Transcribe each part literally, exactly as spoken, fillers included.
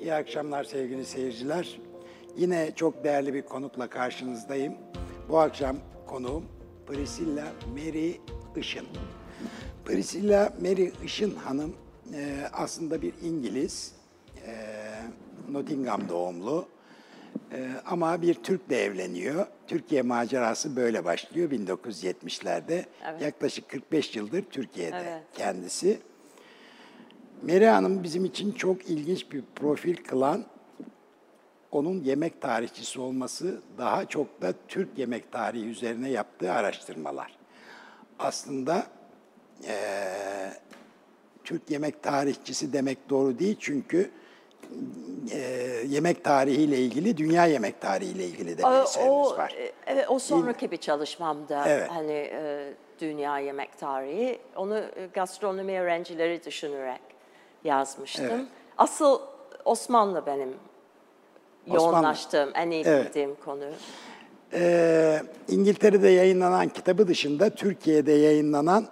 İyi akşamlar sevgili seyirciler. Yine çok değerli bir konukla karşınızdayım. Bu akşam konuğum Priscilla Mary Işın. Priscilla Mary Işın Hanım e, aslında bir İngiliz, e, Nottingham doğumlu e, ama bir Türk'le evleniyor. Türkiye macerası böyle başlıyor bin dokuz yüz yetmişlerde. Evet. Yaklaşık kırk beş yıldır Türkiye'de evet. kendisi. Mary Hanım bizim için çok ilginç bir profil kılan, onun yemek tarihçisi olması, daha çok da Türk yemek tarihi üzerine yaptığı araştırmalar. Aslında e, Türk yemek tarihçisi demek doğru değil çünkü e, yemek tarihiyle ilgili, dünya yemek tarihiyle ilgili de bir eserimiz var. Evet, o sonraki bir çalışmamda evet. hani e, dünya yemek tarihi, onu gastronomi öğrencileri düşünerek yazmıştım. Evet. Asıl Osmanlı benim Osmanlı. yoğunlaştığım, en iyi evet. bildiğim konu. Ee, İngiltere'de yayınlanan kitabı dışında Türkiye'de yayınlanan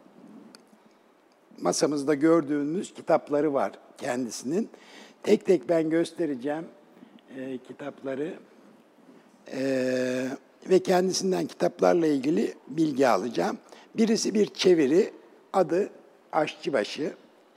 masamızda gördüğünüz kitapları var kendisinin. Tek tek ben göstereceğim e, kitapları e, ve kendisinden kitaplarla ilgili bilgi alacağım. Birisi bir çeviri, adı Aşçıbaşı.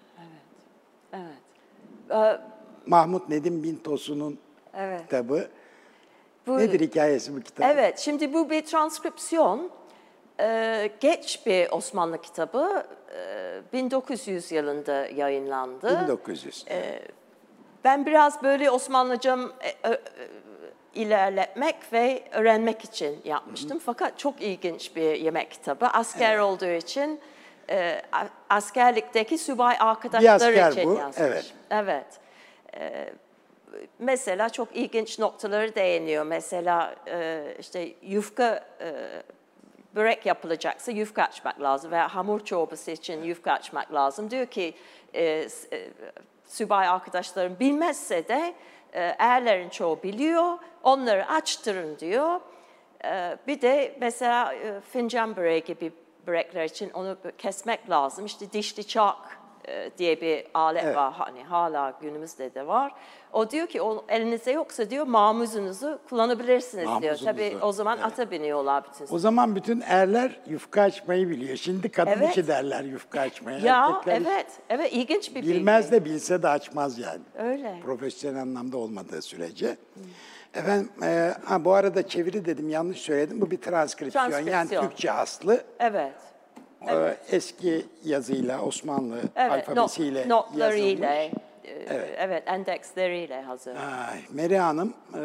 Evet. Evet. Mahmut Nedim Bintosu'nun evet. kitabı. Bu, Nedir hikayesi bu kitabın? Evet, şimdi bu bir transkripsiyon. Ee, geç bir Osmanlı kitabı. Ee, bin dokuz yüz yılında yayınlandı. bin dokuz yüz. Ee, ben biraz böyle Osmanlıcam e, e, ilerletmek ve öğrenmek için yapmıştım. Hı hı. Fakat çok ilginç bir yemek kitabı. Asker evet. olduğu için e, askerlikteki subay arkadaşlar için bu. yazmış. Evet. Evet. Ee, mesela çok ilginç noktaları değiniyor. Mesela e, işte yufka e, börek yapılacaksa yufka açmak lazım veya hamur çorbası için yufka açmak lazım. Diyor ki e, e, subay arkadaşlarım bilmezse de e, erlerin çoğu biliyor, onları açtırın diyor. E, bir de mesela e, fincan böreği gibi börekler için onu kesmek lazım. İşte dişli çak e, diye bir alet evet. var, hani hala günümüzde de var. O diyor ki o elinizde yoksa diyor mamuzunuzu kullanabilirsiniz Mamuzunuzu. diyor. Tabii o zaman evet. ata biniyorlar bütün. O zaman bütün erler yufka açmayı biliyor. Şimdi kadın evet. içi derler yufka açmaya. Ya Erkekler evet, evet ilginç bir bilgi. Bilmez de bilse de açmaz yani. Öyle. Profesyonel anlamda olmadığı sürece. Hmm. Efendim, e, ha, bu arada çeviri dedim, yanlış söyledim. Bu bir transkripsiyon, transkripsiyon. yani Türkçe aslı. Evet. Evet. Eski yazıyla, Osmanlı evet, alfabesiyle not, notlarıyla, yazılmış. Evet. evet, endeksleriyle hazır. Ay, Mary Hanım, e,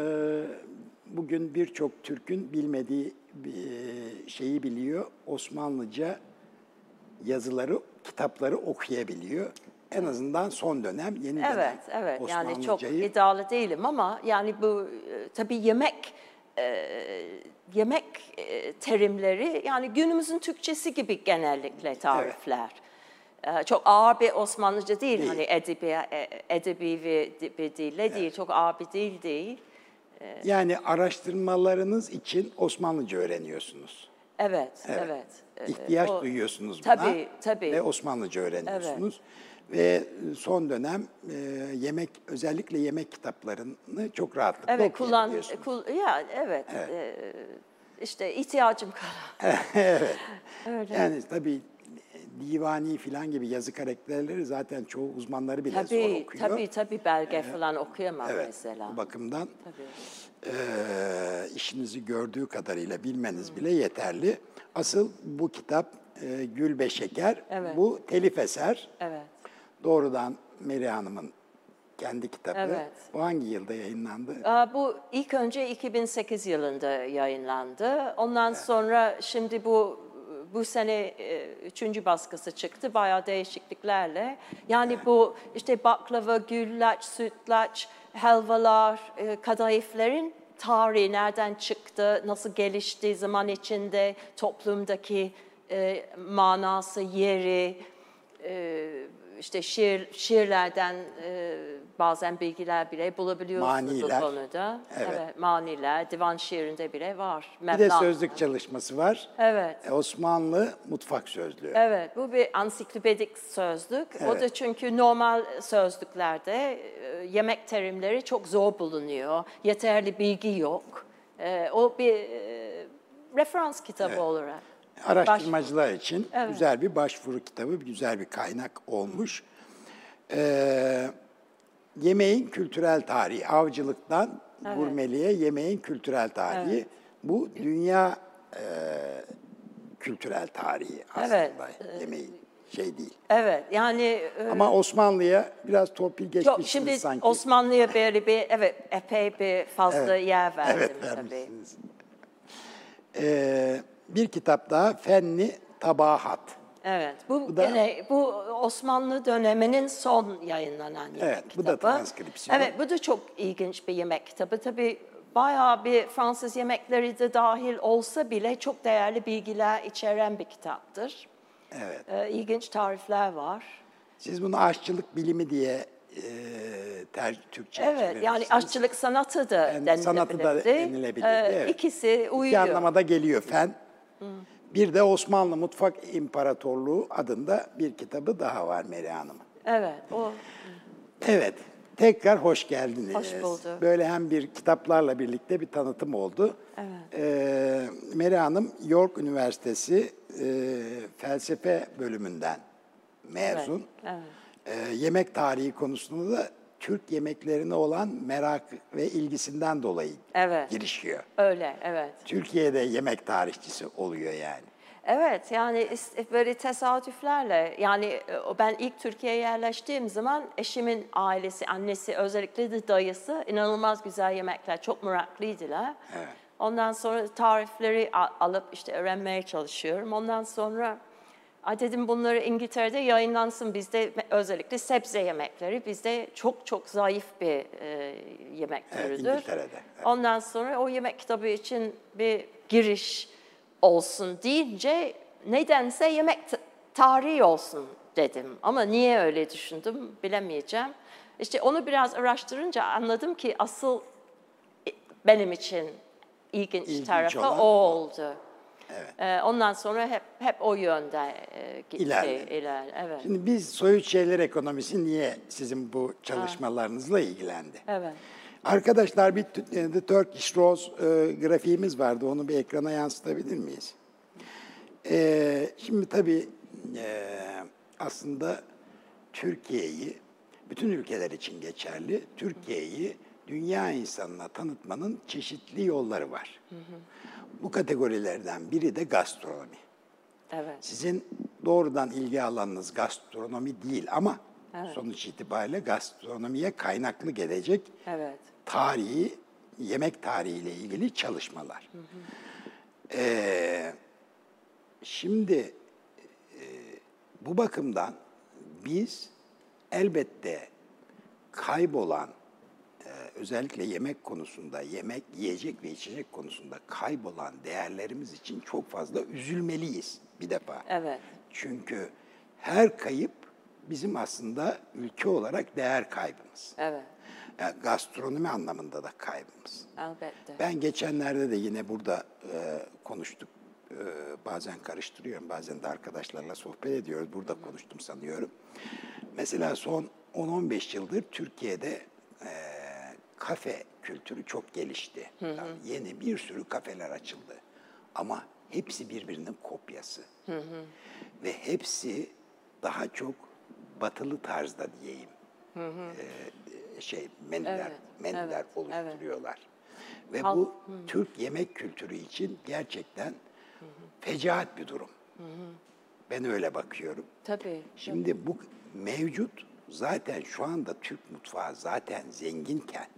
bugün birçok Türk'ün bilmediği bir şeyi biliyor. Osmanlıca yazıları, kitapları okuyabiliyor. En azından son dönem, yeni dönem Evet, evet. Yani çok iddialı değilim ama yani bu tabii yemek e, yemek e, terimleri yani günümüzün Türkçesi gibi genellikle tarifler. Evet. Çok ağır bir Osmanlıca değil, değil. hani edebi, edebi bir dille evet. değil, çok ağır bir dil değil. Yani araştırmalarınız için Osmanlıca öğreniyorsunuz. Evet, evet. evet. İhtiyaç o, duyuyorsunuz buna tabii, tabii. ve Osmanlıca öğreniyorsunuz. Evet. Ve son dönem e, yemek, özellikle yemek kitaplarını çok rahatlıkla evet, okuyabiliyorsunuz. Kullan, kul, ya, evet, evet. E, işte ihtiyacım kadar. evet. Öyle. Yani tabii divani falan gibi yazı karakterleri zaten çoğu uzmanları bile tabii, zor okuyor. Tabii tabii belge ee, falan okuyamam evet, mesela. Bu bakımdan e, işinizi gördüğü kadarıyla bilmeniz hmm. bile yeterli. Asıl bu kitap e, Gül ve Şeker, evet. bu telif eser. Evet. Doğrudan Mary Hanım'ın kendi kitabı. Evet. Bu hangi yılda yayınlandı? Bu ilk önce iki bin sekiz yılında yayınlandı. Ondan evet. sonra şimdi bu bu sene üçüncü baskısı çıktı bayağı değişikliklerle. Yani evet. bu işte baklava, güllaç, sütlaç, helvalar, kadayıflerin tarihi nereden çıktı, nasıl gelişti zaman içinde, toplumdaki e, manası, yeri, e, işte şiir şiirlerden e, bazen bilgiler bile bulabiliyorsunuz Maniler. bu konuda. Evet. Maniler, divan şiirinde bile var. Bir de sözlük çalışması var. Evet. E, Osmanlı mutfak sözlüğü. Evet, bu bir ansiklopedik sözlük. O Evet. da çünkü normal sözlüklerde e, yemek terimleri çok zor bulunuyor. Yeterli bilgi yok. E, o bir e, referans kitabı Evet. olarak. Araştırmacılar için Evet. güzel bir başvuru kitabı, güzel bir kaynak olmuş. Ee, yemeğin kültürel tarihi, avcılıktan Evet. gurmeliğe yemeğin kültürel tarihi. Evet. Bu dünya e, kültürel tarihi aslında, Evet. yemeğin şey değil. Evet, yani e, Ama Osmanlı'ya biraz torpil çok, geçmişsiniz şimdi sanki. Osmanlı'ya böyle bir evet epey bir fazla Evet. yer verdim Evet, tabii. vermişsiniz. Ee, bir kitap daha, Fenni Tabahat. Evet, bu, Bu da- gene bu Osmanlı döneminin son yayınlanan yemek Evet, bu kitabı. da transkripsiyon. Evet, bu da çok ilginç bir yemek kitabı. Tabii bayağı bir Fransız yemekleri de dahil olsa bile çok değerli bilgiler içeren bir kitaptır. Evet. Ee, ilginç tarifler var. Siz bunu aşçılık bilimi diye e, ter, Türkçe Evet, yani çevirmişsiniz. aşçılık sanatı da Yani denilebilirdi. sanatı da denilebilirdi, Ee, evet. İkisi uyuyor. İki anlamada geliyor fen. Bir de Osmanlı Mutfak İmparatorluğu adında bir kitabı daha var Meri Hanım'ın. Evet, o Evet, tekrar hoş geldiniz. Hoş bulduk. Böyle hem bir kitaplarla birlikte bir tanıtım oldu. Evet. Ee, Meri Hanım York Üniversitesi e, felsefe bölümünden mezun. Evet, Ee, yemek tarihi konusunda da Türk yemeklerine olan merak ve ilgisinden dolayı Evet. girişiyor. öyle, evet. Türkiye'de yemek tarihçisi oluyor yani. Evet, yani is- böyle tesadüflerle, yani e, o ben ilk Türkiye'ye yerleştiğim zaman eşimin ailesi, annesi, özellikle de dayısı inanılmaz güzel yemekler, çok meraklıydılar. Evet. Ondan sonra tarifleri a- alıp işte öğrenmeye çalışıyorum. Ondan sonra ay dedim bunları İngiltere'de yayınlansın, bizde özellikle sebze yemekleri bizde çok çok zayıf bir e, yemek Evet, türüdür. İngiltere'de, evet. Ondan sonra o yemek kitabı için bir giriş olsun deyince nedense yemek t- tarihi olsun dedim. Ama niye öyle düşündüm bilemeyeceğim. İşte onu biraz araştırınca anladım ki asıl benim için ilginç İlginç tarafı olan o o. oldu. Evet. Ee, ondan sonra hep hep o yönde e, gitti. İlerledi. iler- evet. Şimdi biz soyut şeyler ekonomisi niye sizin bu çalışmalarınızla ilgilendi? Evet. Arkadaşlar bir t- The Turkish Rose e, grafiğimiz vardı. Onu bir ekrana yansıtabilir miyiz? E, şimdi tabii e, aslında Türkiye'yi, bütün ülkeler için geçerli, Türkiye'yi dünya insanına tanıtmanın çeşitli yolları var. Bu kategorilerden biri de gastronomi. Evet. Sizin doğrudan ilgi alanınız gastronomi değil ama Evet. sonuç itibariyle gastronomiye kaynaklı gelecek Evet. tarihi, yemek tarihiyle ilgili çalışmalar. Ee, şimdi e, bu bakımdan biz elbette kaybolan, e, özellikle yemek konusunda, yemek, yiyecek ve içecek konusunda kaybolan değerlerimiz için çok fazla üzülmeliyiz bir defa. Evet. Çünkü her kayıp bizim aslında ülke olarak değer kaybımız. Evet. Yani gastronomi anlamında da kaybımız. Elbette. Ben geçenlerde de yine burada e, konuştuk. E, bazen karıştırıyorum, bazen de arkadaşlarla sohbet ediyoruz. Burada konuştum sanıyorum. Mesela son on on beş yıldır Türkiye'de e, kafe kültürü çok gelişti. Yani yeni bir sürü kafeler açıldı. Ama hepsi birbirinin kopyası. Ve hepsi daha çok batılı tarzda diyeyim. E, şey menüler, Evet, menüler evet, oluşturuyorlar. Ve Halk- bu Türk yemek kültürü için gerçekten fecaat bir durum. Ben öyle bakıyorum. Tabii. Şimdi bu mevcut zaten şu anda Türk mutfağı zaten zenginken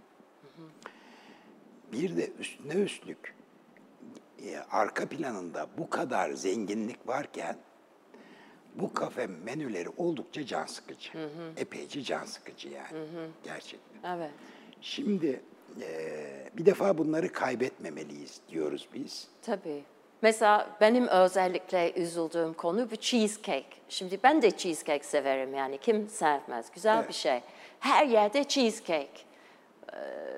bir de üstüne üstlük e, arka planında bu kadar zenginlik varken bu kafe menüleri oldukça can sıkıcı. Epeyce can sıkıcı yani. Gerçekten. Evet. Şimdi e, bir defa bunları kaybetmemeliyiz diyoruz biz. Tabii. Mesela benim özellikle üzüldüğüm konu bu cheesecake. Şimdi ben de cheesecake severim yani kim sevmez, güzel Evet. bir şey. Her yerde cheesecake. Ee,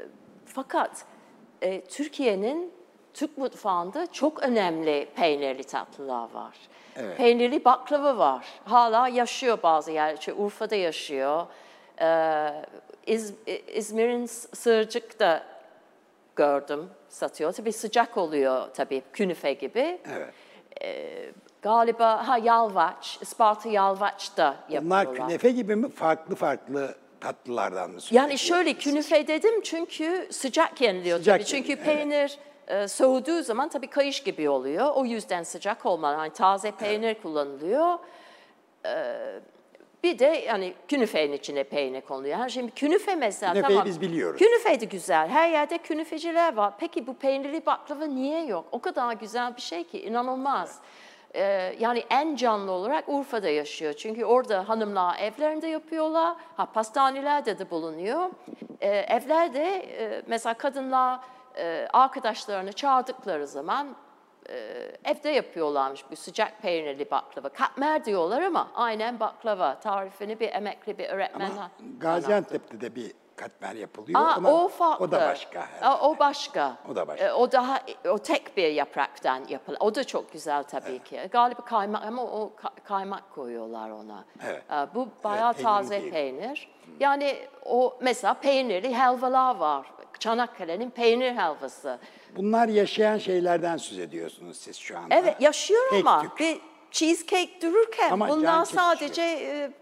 fakat e, Türkiye'nin Türk mutfağında çok önemli peynirli tatlılar var. Evet. Peynirli baklava var. Hala yaşıyor bazı yer. İşte Urfa'da yaşıyor. Ee, İz, İzmir'in Sığırcık'ta gördüm satıyor. Tabii sıcak oluyor tabii künefe gibi. Evet. Ee, galiba ha Yalvaç, Isparta Yalvaç'ta yapıyorlar. Bunlar künefe gibi mi? Farklı farklı tatlılardan mı söz Yani şöyle ediyorsunuz? künefe dedim çünkü sıcak yeniliyor Sıcak tabii. Çünkü yeniliyor, evet. peynir e, soğuduğu zaman tabii kayış gibi oluyor. O yüzden sıcak olmalı. Yani taze peynir evet. kullanılıyor. Ee, bir de yani künefenin içine peynir konuluyor. Yani şimdi künefe mesela Künefeyi tamam. biz biliyoruz. Künefe de güzel. Her yerde künefeciler var. Peki bu peynirli baklava niye yok? O kadar güzel bir şey ki inanılmaz. Evet. Ee, yani en canlı olarak Urfa'da yaşıyor. Çünkü orada hanımlar evlerinde yapıyorlar. Ha pastanelerde de bulunuyor. Ee, evlerde e, mesela kadınlar e, arkadaşlarını çağırdıkları zaman e, evde yapıyorlarmış bu sıcak peynirli baklava. Katmer diyorlar ama aynen baklava. Tarifini bir emekli bir öğretmen. Ama Gaziantep'te de bir katmer yapılıyor. Aa, Ona, o farklı. O da başka. Aa, o başka. O da başka. Ee, o daha o tek bir yapraktan yapılan. O da çok güzel tabii evet. ki. Galiba kaymak ama o kaymak koyuyorlar ona. Evet. Ee, bu bayağı evet, taze değil. peynir. Yani o mesela peynirli helvalar var. Çanakkale'nin peynir helvası. Bunlar yaşayan şeylerden söz ediyorsunuz siz şu anda. Evet yaşıyor Tek ama tük. bir cheesecake dururken ama bunlar sadece e,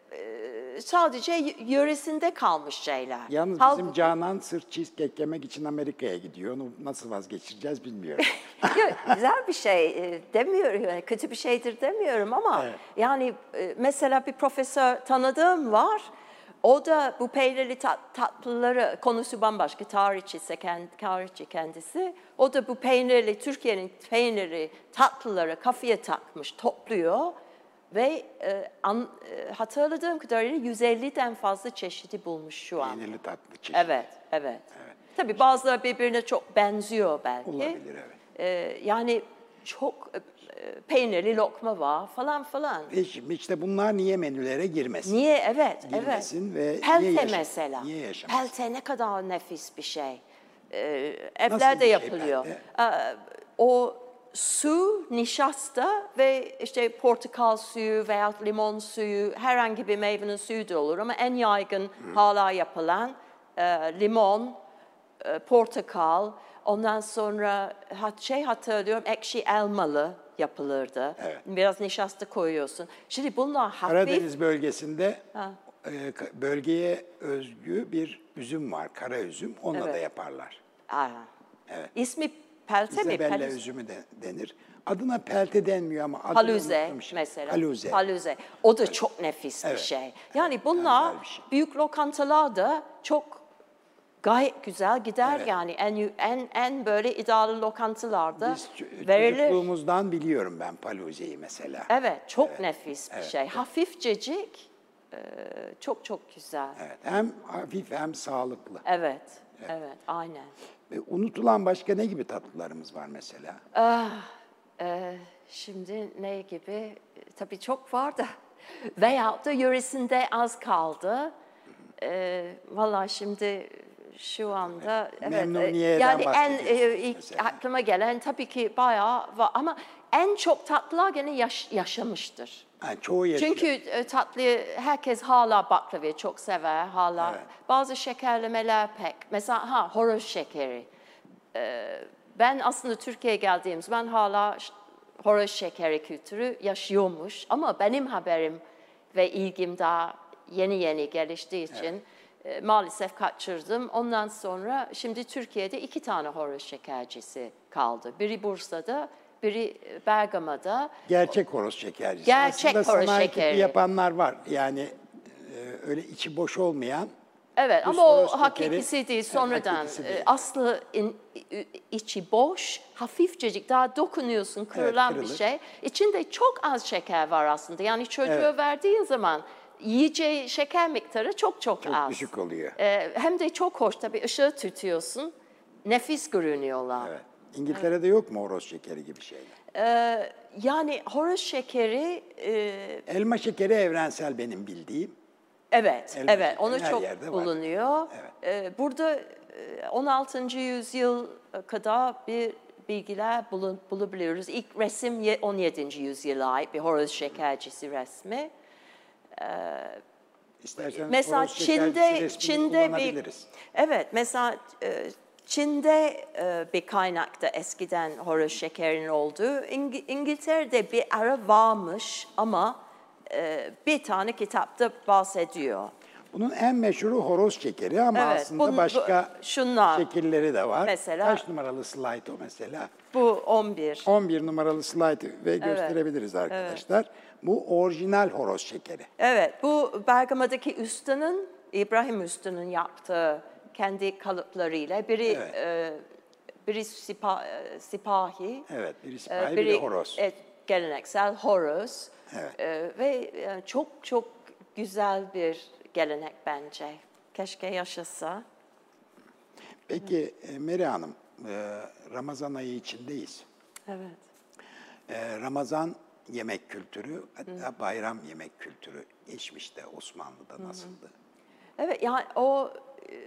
e, sadece yöresinde kalmış şeyler. Yalnız Halbuki... bizim Canan sırf cheesecake yemek için Amerika'ya gidiyor. Onu nasıl vazgeçireceğiz bilmiyorum. Yok, güzel bir şey e, demiyorum, kötü bir şeydir demiyorum ama evet. yani e, mesela bir profesör tanıdığım var. O da bu peynirli tat, tatlıları, konusu bambaşka, tarihçisi, tarihçi kendisi. O da bu peynirli, Türkiye'nin peynirli tatlıları kafaya takmış, topluyor. Ve e, an, e, hatırladığım kadarıyla yüz elliden fazla çeşidi bulmuş şu an. Peynirli tatlı çeşidi. Evet, evet, evet. Tabii bazıları birbirine çok benziyor belki. Olabilir, evet. E, yani çok e, peynirli lokma var falan falan. Ve şimdi işte bunlar niye menülere girmesin? Niye? Evet, Girmesin evet. ve Pelte niye yaşam- mesela. Niye yaşamasın? Pelte ne kadar nefis bir şey. Ee, evlerde yapılıyor. Şey ee, o su, nişasta ve işte portakal suyu veya limon suyu, herhangi bir meyvenin suyu da olur ama en yaygın Hı. hala yapılan e, limon, e, portakal, ondan sonra şey hatırlıyorum ekşi elmalı yapılırdı. Evet. Biraz nişasta koyuyorsun. Şimdi bunlar hafif... Karadeniz bölgesinde ha. e, bölgeye özgü bir üzüm var, kara üzüm. Onunla evet. da yaparlar. Aa. Evet. İsmi pelte mi? İzabella Palüze. üzümü de denir. Adına pelte denmiyor ama adını Paluze mesela. Paluze. Paluze. O da çok nefis evet. bir şey. Yani bunlar bir şey. büyük lokantalarda çok gayet güzel gider evet. yani en en en böyle iddialı lokantalarda Biz verilir. çocukluğumuzdan biliyorum ben paluzeyi mesela. Evet, çok evet. nefis bir evet. şey. Hafifcecik, e, çok çok güzel. Evet, hem hafif hem sağlıklı. Evet, evet, evet aynen. Ve unutulan başka ne gibi tatlılarımız var mesela? Ah, e, şimdi ne gibi? Tabii çok var da. Veyahut da yöresinde az kaldı. E, Vallahi şimdi... Şu anda evet, memnuniyeden yani en e, ilk mesela. aklıma gelen tabii ki bayağı var ama en çok tatlılar gene yaş, yaşamıştır. Yani çoğu yaşıyor. Çünkü e, tatlı herkes hala baklavayı çok sever hala. Evet. Bazı şekerlemeler pek. Mesela ha horoz şekeri. Ee, ben aslında Türkiye'ye geldiğim zaman hala horoz şekeri kültürü yaşıyormuş ama benim haberim ve ilgim daha yeni yeni geliştiği için evet. Maalesef kaçırdım. Ondan sonra şimdi Türkiye'de iki tane horoz şekercisi kaldı. Biri Bursa'da, biri Bergama'da. Gerçek horoz şekercisi. Gerçek Aslında horoz şekeri. yapanlar var. Yani e, öyle içi boş olmayan. Evet ama o hakikisi değil. Sonradan evet, değil. Aslı in, içi boş, hafifçecik daha dokunuyorsun kırılan evet, bir şey. İçinde çok az şeker var aslında. Yani çocuğa evet. verdiğin zaman yiyeceği şeker miktarı çok çok, çok az. Çok düşük oluyor. Ee, hem de çok hoş tabii ışığı tutuyorsun. Nefis görünüyorlar. Evet. İngiltere'de yok mu horoz şekeri gibi şeyler? Ee, yani horoz şekeri, e, Elma şekeri evrensel benim bildiğim. evet, Elma evet, şekeri onu her çok yerde var. bulunuyor. Evet. Ee, burada e, on altıncı yüzyıl kadar bir bilgiler bulun, bulabiliyoruz. İlk resim ye- on yedinci yüzyıla ait bir horoz şekercisi resmi. İsterseniz Mesela horoz şekercisi Çin'de resmini Çin'de bir kullanabiliriz. evet mesela e, Çin'de e, bir kaynakta eskiden horoz şekerinin olduğu, İng- İngiltere'de bir ara varmış ama e, bir tane kitapta bahsediyor. Bunun en meşhuru horoz şekeri ama Evet, aslında bunun- bu- başka şunlar. şekilleri de var. Mesela- Kaç numaralı slide o mesela? Bu on bir. on bir numaralı slide ve gösterebiliriz arkadaşlar. Bu orijinal horoz şekeri. Evet, bu Bergama'daki ustanın, İbrahim Usta'nın yaptığı kendi kalıplarıyla biri Evet. e, biri sipa- e, sipahi, Evet, biri e, sipahi, biri horoz. e, geleneksel horoz. Evet. E, ve e, çok çok güzel bir gelenek bence. Keşke yaşasa. Peki e, Meri Hanım, e, Ramazan ayı içindeyiz. Evet. E, Ramazan yemek kültürü, hatta bayram yemek kültürü geçmişte Osmanlı'da nasıldı? Evet, yani o e,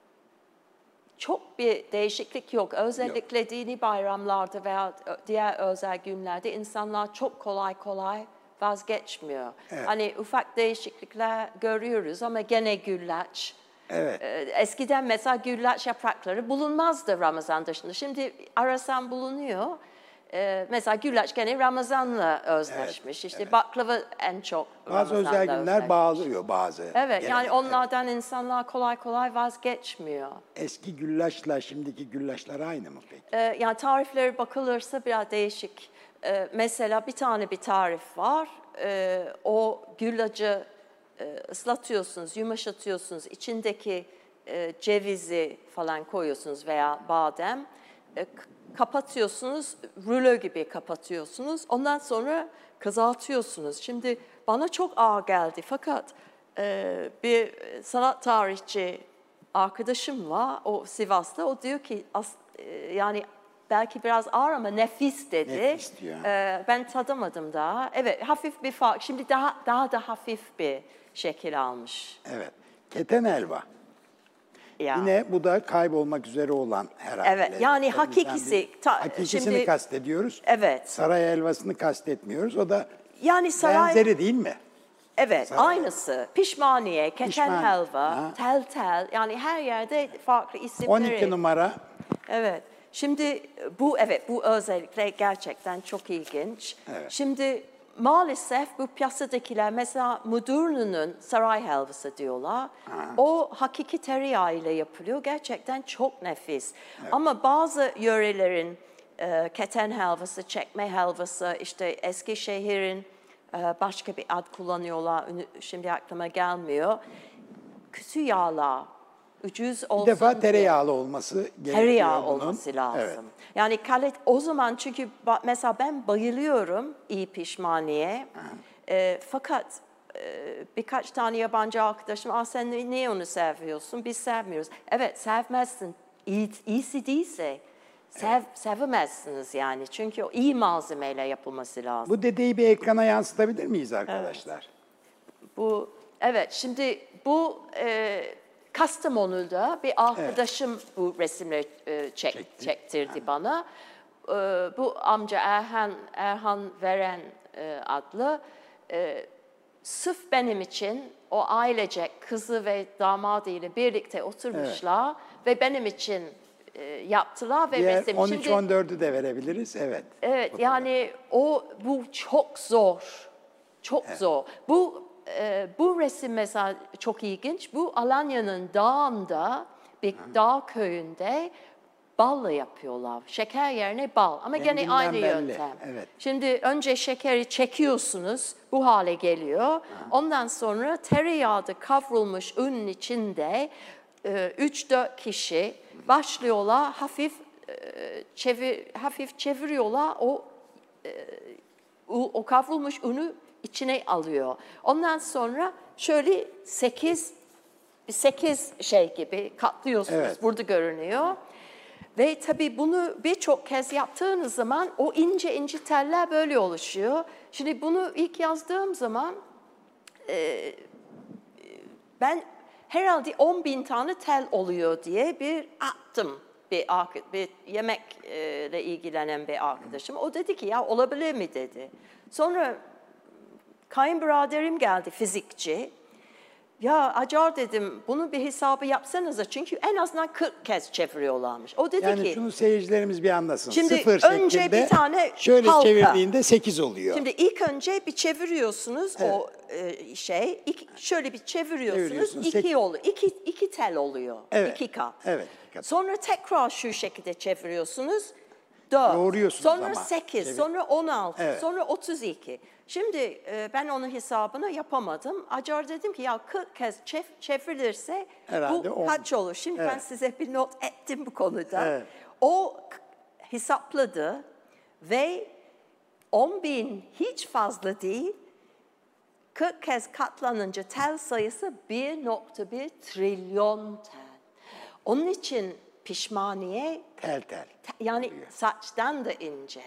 çok bir değişiklik yok. Özellikle dini bayramlarda veya diğer özel günlerde insanlar çok kolay kolay vazgeçmiyor. Evet. Hani ufak değişiklikler görüyoruz ama gene güllaç. Evet. Ee, Eskiden mesela güllaç yaprakları bulunmazdı Ramazan dışında. Şimdi arasan bulunuyor. Ee, mesela güllaç gene Ramazan'la özleşmiş. Evet, işte evet. baklava en çok Bazı Ramazan'la özel günler özleşmiş. bağlıyor bazı. Evet, yani gelenekler. onlardan insanlar kolay kolay vazgeçmiyor. Eski güllaçla şimdiki güllaçlar aynı mı peki? Ee, yani tariflere bakılırsa biraz değişik. Ee, mesela bir tane bir tarif var. Ee, o güllacı e, ıslatıyorsunuz, yumuşatıyorsunuz. İçindeki e, cevizi falan koyuyorsunuz veya badem. E, k- kapatıyorsunuz, rulo gibi kapatıyorsunuz. Ondan sonra kızartıyorsunuz. Şimdi bana çok ağır geldi fakat e, bir sanat tarihçi arkadaşım var, o Sivas'ta. O diyor ki as, e, yani belki biraz ağır ama nefis dedi. Nefis diyor. E, ben tadamadım daha. Evet, hafif bir fark. Şimdi daha daha da hafif bir şekil almış. Evet. Keten helva. Ya. Yine bu da kaybolmak üzere olan herhalde. Evet, yani lezzetlerimizden hakikisi- biri. ta- Hakikisini şimdi- kastediyoruz. Evet. Saray helvasını kastetmiyoruz. O da Yani saray, benzeri değil mi? evet, saray. aynısı. Pişmaniye, keten Pişman- helva, Ha. tel tel. Yani her yerde farklı isimleri. on iki numara. Evet. Şimdi bu evet bu özellikle gerçekten çok ilginç. Evet. Şimdi maalesef bu piyasadakiler mesela Mudurnu'nun saray helvası diyorlar. O hakiki tereyağı ile yapılıyor. Gerçekten çok nefis. Ama bazı yörelerin e, keten helvası, çekme helvası, işte Eskişehir'in e, başka bir ad kullanıyorlar. Ünü- Şimdi aklıma gelmiyor. Kötü yağlar. Ucuz olsun Bir defa diye. tereyağlı olması gerekiyor Tereyağı bunun. olması lazım. Evet. Yani kalit o zaman çünkü ba- mesela ben bayılıyorum iyi pişmaniye. E, fakat e, birkaç tane yabancı arkadaşım, "Aa, sen ni- niye onu seviyorsun? Biz sevmiyoruz." Evet, sevmezsin. İyi, iyisi değilse sev, sevemezsiniz yani. Çünkü o iyi malzemeyle yapılması lazım. Bu dedeyi bir ekrana yansıtabilir miyiz arkadaşlar? Bu evet şimdi bu e, Kastamonu'da bir arkadaşım bu resimleri e, çek, Çekti. çektirdi bana. E, bu amca Erhan Erhan Veren e, adlı e, sırf benim için o ailecek kızı ve damadıyla birlikte oturmuşlar ve benim için e, yaptılar ve Diğer resim. on üç Şimdi- on dördü de verebiliriz. Evet. Evet, Fotoğraf. yani o bu çok zor, çok zor. Bu e, bu resim mesela çok ilginç. Bu Alanya'nın dağında bir dağ köyünde balla yapıyorlar. Şeker yerine bal ama gene Renginden aynı belli, yöntem. evet. Şimdi önce şekeri çekiyorsunuz, bu hale geliyor. Ondan sonra tereyağda kavrulmuş unun içinde üç dört kişi başlıyorlar, hafif e, çevir, hafif çeviriyorlar, o e, o o kavrulmuş unu içine alıyor. Ondan sonra şöyle sekiz sekiz şey gibi katlıyorsunuz. Evet. Burada görünüyor. Ve tabii bunu birçok kez yaptığınız zaman o ince ince teller böyle oluşuyor. Şimdi bunu ilk yazdığım zaman e, ben herhalde on bin tane tel oluyor diye bir attım. Bir, bir yemekle ilgilenen bir arkadaşım. O dedi ki ya olabilir mi dedi. Sonra kayınbiraderim geldi fizikçi. Ya Acar dedim bunu bir hesabı yapsanıza çünkü en azından kırk kez çeviriyorlarmış. O dedi Yani ki şunu seyircilerimiz bir anlasın. Şimdi Sıfır önce şeklinde bir tane şöyle halka. çevirdiğinde sekiz oluyor. Şimdi ilk önce bir çeviriyorsunuz Evet. o e, şey, iki, şöyle bir çeviriyorsunuz, Çeviriyorsunuz, iki sek- oluyor, iki, iki tel oluyor, Evet, iki kat. evet, iki kat. Sonra tekrar şu şekilde çeviriyorsunuz, dört. Yoğuruyorsunuz Sonra ama. sekiz, Çevir- sonra on altı, Evet. sonra otuz iki. Şimdi e, ben onun hesabını yapamadım. Acar dedim ki ya kırk kez çev çevrilirse Herhalde bu on. kaç olur? Şimdi ben Evet. size bir not ettim bu konuda. Evet. O k- hesapladı ve on bin hiç fazla değil. kırk kez katlanınca tel sayısı bir nokta bir trilyon tel. Onun için pişmaniye Tel tel. te- yani saçtan da ince.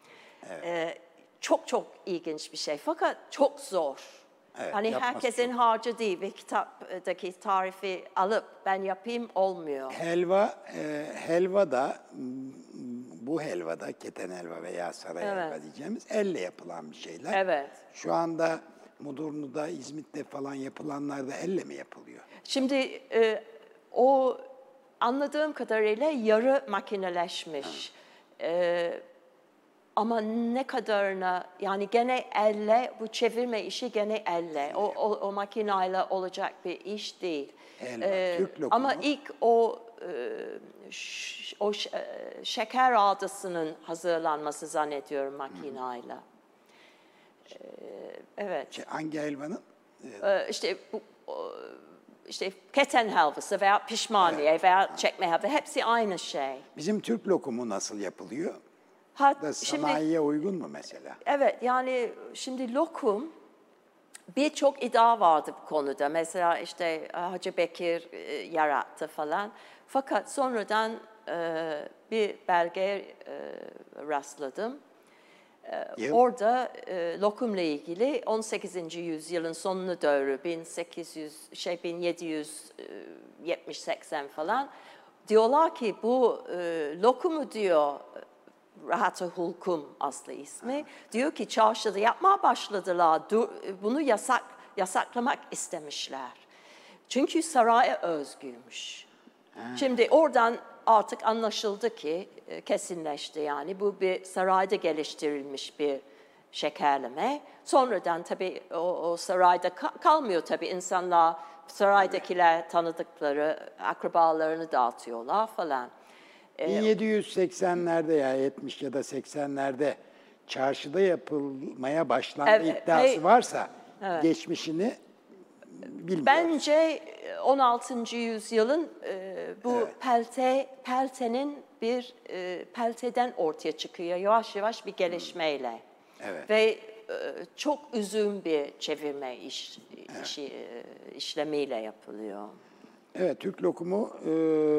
Ee, çok çok ilginç bir şey fakat çok zor. Evet, hani yapması herkesin harcı değil ve kitaptaki tarifi alıp ben yapayım olmuyor. Helva, e, helva da m, bu helva da keten helva veya saray Evet. helva diyeceğimiz elle yapılan bir şeyler. Evet. Şu anda Mudurnu'da, İzmit'te falan yapılanlar da elle mi yapılıyor? Şimdi e, o anladığım kadarıyla yarı makineleşmiş. E, ama ne kadarına yani gene elle bu çevirme işi gene elle. O, o, o makinayla olacak bir iş değil. Helva, Türk lokumu. Ama ilk o e, ş- o ş- e, şeker adısının hazırlanması zannediyorum makinayla. E, evet. Şey, hangi helvanın? Ee, işte bu o, işte keten helvası veya pişmaniye veya çekme helvası hepsi aynı şey. Bizim Türk lokumu nasıl yapılıyor? Ha, Da şimdi sanayiye uygun mu mesela? evet yani şimdi lokum birçok iddia vardı bu konuda. Mesela işte Hacı Bekir e, yarattı falan. Fakat sonradan e, bir belgeye e, rastladım. Yıl? Orada e, lokumla ilgili on sekizinci yüzyılın sonuna doğru bin sekiz yüz şey bin yedi yüz yetmiş seksen falan diyorlar ki bu e, lokumu diyor Rahat-ı Hulkum aslı ismi. Diyor ki çarşıda yapmaya başladılar. Dur, bunu yasak yasaklamak istemişler. Çünkü saraya özgüymüş. Şimdi oradan artık anlaşıldı ki, e, kesinleşti yani bu bir sarayda geliştirilmiş bir şekerleme. Sonradan tabii o, o sarayda ka- kalmıyor tabii insanlar, saraydakiler tanıdıkları akrabalarını dağıtıyorlar falan. bin yedi yüz seksenlerde ya yetmiş ya da seksenlerde çarşıda yapılmaya başlandığı Evet, iddiası hey- varsa geçmişini bilmiyoruz. Bence on altıncı yüzyılın e, bu pelte peltenin bir e, pelteden ortaya çıkıyor yavaş yavaş bir gelişmeyle. Evet. Ve e, çok uzun bir çevirme iş, işi, e, işlemiyle yapılıyor. Evet, Türk lokumu e,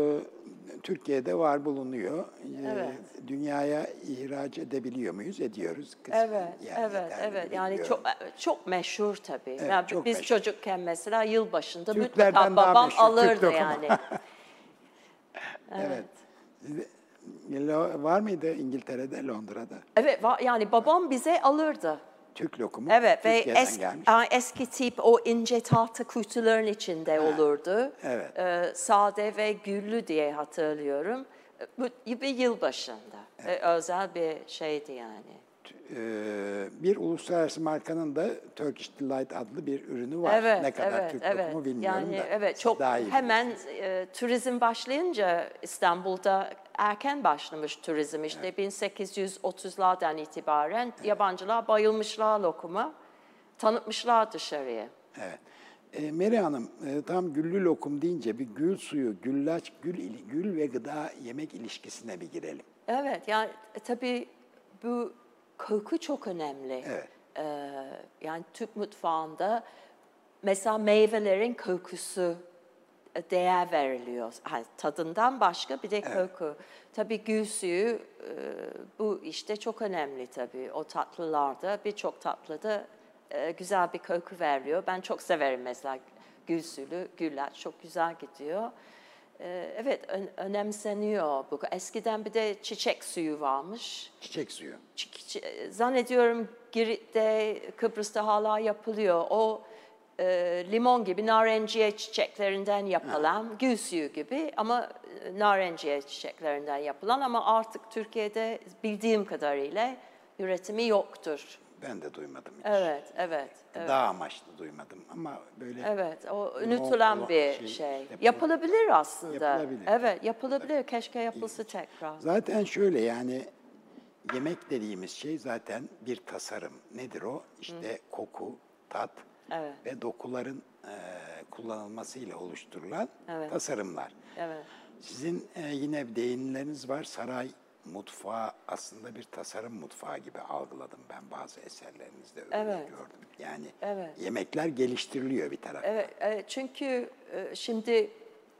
Türkiye'de var bulunuyor. E, Evet. Dünyaya ihraç edebiliyor muyuz? Ediyoruz. Kısmen. Evet, Yani evet, yeterli evet. mi Yani bilmiyorum. çok çok meşhur tabii. Yani çok biz meşhur. çocukken mesela yılbaşında Türklerden mutlaka daha babam meşhur Türk alırdı lokumu. yani. Evet. Sizde- Lo- var mıydı İngiltere'de, Londra'da? Evet, va- yani babam bize alırdı. Türk lokumu Evet ve Türkiye'den es, gelmiş. a- eski tip o ince tahta kutuların içinde olurdu. evet. Ee, sade ve güllü diye hatırlıyorum. Bu bir yılbaşında. Ee, özel bir şeydi yani. Ee, bir uluslararası markanın da Turkish Delight adlı bir ürünü var. Evet, ne kadar evet, Türk evet. lokumu bilmiyorum yani, da. Evet, Siz çok daha iyi hemen bilirsiniz. e, turizm başlayınca İstanbul'da erken başlamış turizm işte bin sekiz yüz otuzlardan itibaren yabancılar bayılmışlar lokuma, tanıtmışlar dışarıya. Evet. E, Meri Hanım, e, tam güllü lokum deyince bir gül suyu, güllaç, gül, ili- gül ve gıda yemek ilişkisine bir girelim. Evet, yani e, tabii bu koku çok önemli. Evet. Ee, yani Türk mutfağında mesela meyvelerin kokusu değer veriliyor. Ha, tadından başka bir de koku. Tabii gül suyu e, bu işte çok önemli tabii. O tatlılarda birçok tatlıda e, güzel bir koku veriyor. Ben çok severim mesela gül suylu güllaç çok güzel gidiyor. E, evet ön, önemseniyor bu. Eskiden bir de çiçek suyu varmış. Çiçek suyu. Ç- ç- zannediyorum Girit'te, Kıbrıs'ta hala yapılıyor. O e, limon gibi narenciye çiçeklerinden yapılan, ha. Gül suyu gibi ama e, narenciye çiçeklerinden yapılan ama artık Türkiye'de bildiğim kadarıyla üretimi yoktur. Ben de duymadım hiç. Evet, evet. Gıda evet. amaçlı duymadım ama böyle... Evet, o unutulan bir şey. şey. Yapılabilir. Yapılabilir aslında. Yapılabilir. Evet, yapılabilir. Keşke yapılsa tekrar. Zaten şöyle yani yemek dediğimiz şey zaten bir tasarım. Nedir o? İşte Hı. koku, tat evet. ve dokuların e, kullanılmasıyla oluşturulan evet. tasarımlar. Evet. Sizin e, yine değinleriniz var. Saray mutfağı aslında bir tasarım mutfağı gibi algıladım ben bazı eserlerinizde öyle evet. gördüm. Yani evet. yemekler geliştiriliyor bir taraftan. Evet, evet çünkü e, şimdi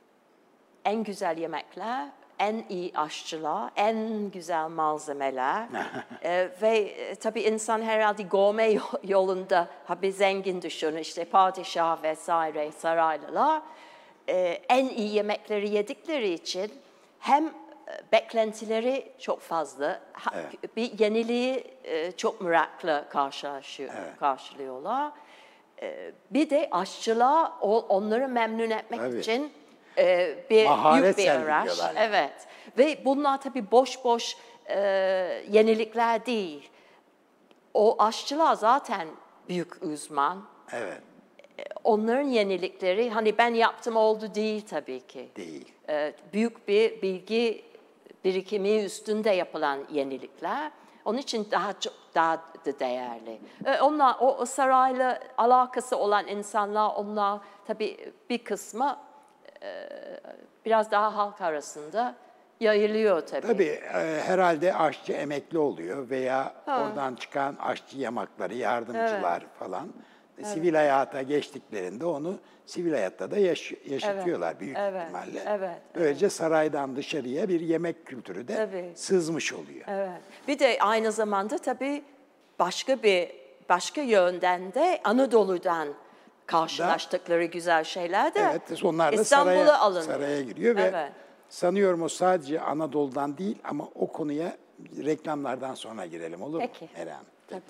en güzel yemekler, en iyi aşçılar, en güzel malzemeler e, ve e, tabii insan herhalde gourmet yolunda, ha bir zengin düşünün işte padişah vesaire saraylılar e, en iyi yemekleri yedikleri için hem beklentileri çok fazla, evet. bir yeniliği e, çok merakla karşılaşıyor, evet. karşılıyorlar. E, bir de aşçılar onları memnun etmek tabii. için e, bir maharet büyük bir uğraş. Yani. Evet. Ve bunlar tabii boş boş e, yenilikler değil. O aşçılar zaten büyük uzman. Evet. Onların yenilikleri hani ben yaptım oldu değil tabii ki. Değil. E, büyük bir bilgi birikimi üstünde yapılan yenilikler. Onun için daha çok daha da değerli. E, onlar o, o sarayla alakası olan insanlar, onlar tabii bir kısmı e, biraz daha halk arasında yayılıyor tabii. Tabii e, herhalde aşçı emekli oluyor veya ha. oradan çıkan aşçı yamakları, yardımcılar evet. falan. Evet. Sivil hayata geçtiklerinde onu sivil hayatta da yaş yaşatıyorlar evet. büyük evet. ihtimalle. Evet. Böylece evet. saraydan dışarıya bir yemek kültürü de tabii. sızmış oluyor. Evet. Bir de aynı zamanda tabii başka bir başka yönden de Anadolu'dan karşılaştıkları da, güzel şeyler de evet, onlar da İstanbul'a saraya, alınıyor. saraya giriyor ve evet. sanıyorum o sadece Anadolu'dan değil ama o konuya reklamlardan sonra girelim olur Peki. mu Eren? Tabii.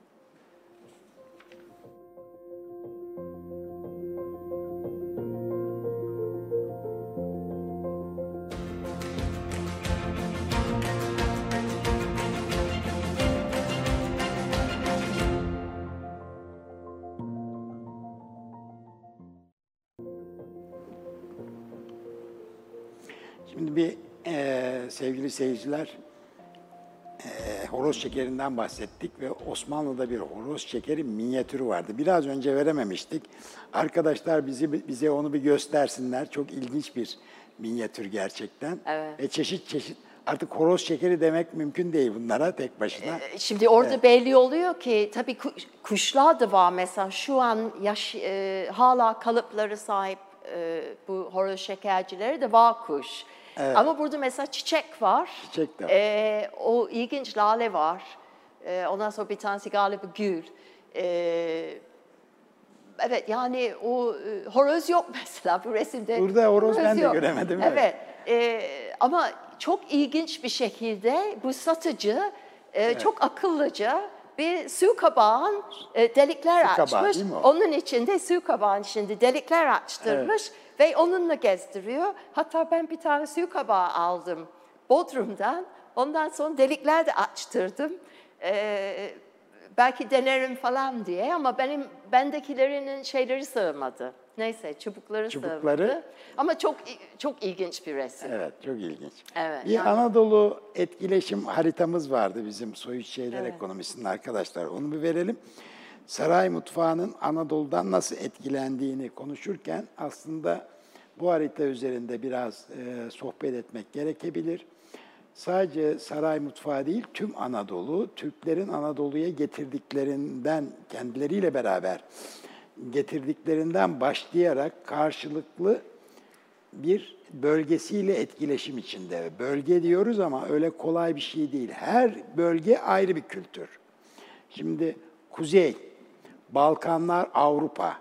Şimdi bir e, sevgili seyirciler, e, horoz şekerinden bahsettik ve Osmanlı'da bir horoz şekeri minyatürü vardı. Biraz önce verememiştik. Arkadaşlar bizi bize onu bir göstersinler. Çok ilginç bir minyatür gerçekten. Evet. Ve çeşit çeşit. Artık horoz şekeri demek mümkün değil bunlara tek başına. Şimdi orada evet. belli oluyor ki tabii kuşlar da var mesela şu an yaş, e, hala kalıpları sahip e, bu horoz şekercileri de var kuş. Evet. Ama burada mesela çiçek var. Çiçek de var. E, o ilginç lale var. E, ondan sonra bir tanesi galiba gül. E, evet yani o e, horoz yok mesela bu resimde. Burada horoz, horoz ben yok. de göremedim. Evet. evet. E, ama çok ilginç bir şekilde bu satıcı e, evet. çok akıllıca bir su kabağın e, delikler su açmış. Onun içinde su kabağın içinde delikler açtırmış evet. ve onunla gezdiriyor. Hatta ben bir tane su kabağı aldım Bodrum'dan. Ondan sonra delikler de açtırdım. E, belki denerim falan diye ama benim bendekilerinin şeyleri sığmadı. Neyse çubukları, çubukları sığmadı. Ama çok çok ilginç bir resim. Evet, çok ilginç. Evet. Bir yani... Anadolu etkileşim haritamız vardı bizim Soyut Şeyler evet. Ekonomisi'nin arkadaşlar. Onu bir verelim. Saray mutfağının Anadolu'dan nasıl etkilendiğini konuşurken aslında bu harita üzerinde biraz e, sohbet etmek gerekebilir. Sadece saray mutfağı değil, tüm Anadolu, Türklerin Anadolu'ya getirdiklerinden, kendileriyle beraber getirdiklerinden başlayarak karşılıklı bir bölgesiyle etkileşim içinde. Bölge diyoruz ama öyle kolay bir şey değil. Her bölge ayrı bir kültür. Şimdi kuzey, Balkanlar, Avrupa,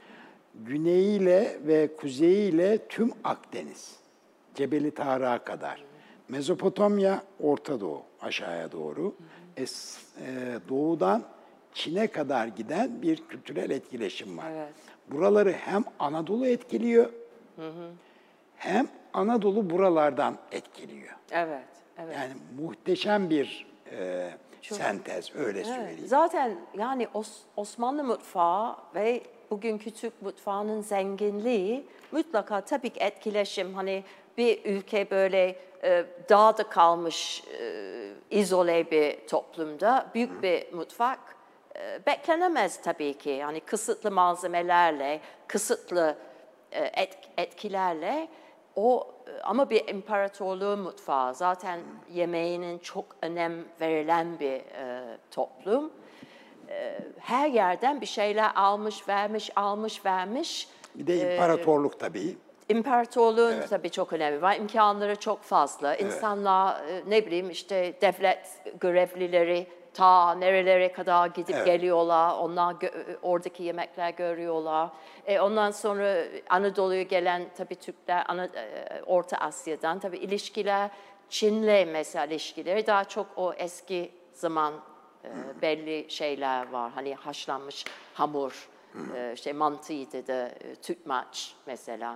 güneyiyle ve kuzeyiyle tüm Akdeniz, Cebeli Tarık'a kadar. Mezopotamya, Orta Doğu, aşağıya doğru. Es, e, doğudan Çin'e kadar giden bir kültürel etkileşim var. Evet. Buraları hem Anadolu etkiliyor, hı hı. hem Anadolu buralardan etkiliyor. Evet, evet. Yani muhteşem bir e, sentez, öyle Evet. söyleyeyim. Zaten yani Os- Osmanlı mutfağı ve bugünkü Türk mutfağının zenginliği mutlaka tabii ki etkileşim. Hani bir ülke böyle e, dağda kalmış, e, izole bir toplumda büyük bir mutfak e, beklenemez tabii ki. Yani kısıtlı malzemelerle, kısıtlı e, et, etkilerle o ama bir imparatorluğun mutfağı zaten yemeğinin çok önem verilen bir e, toplum. E, her yerden bir şeyler almış, vermiş, almış, vermiş. Bir de imparatorluk tabii. İmparatorluğun Evet. tabii çok önemi var. İmkanları çok fazla. İnsanlar e, ne bileyim işte devlet görevlileri ta nerelere kadar gidip Evet. geliyorlar. Onlar gö- oradaki yemekler görüyorlar. E, ondan sonra Anadolu'ya gelen tabii Türkler Ana- e, Orta Asya'dan tabii ilişkiler Çin'le mesela ilişkileri daha çok o eski zaman e, belli şeyler var. Hani haşlanmış hamur, e, işte mantıydı da e, tütmaç mesela.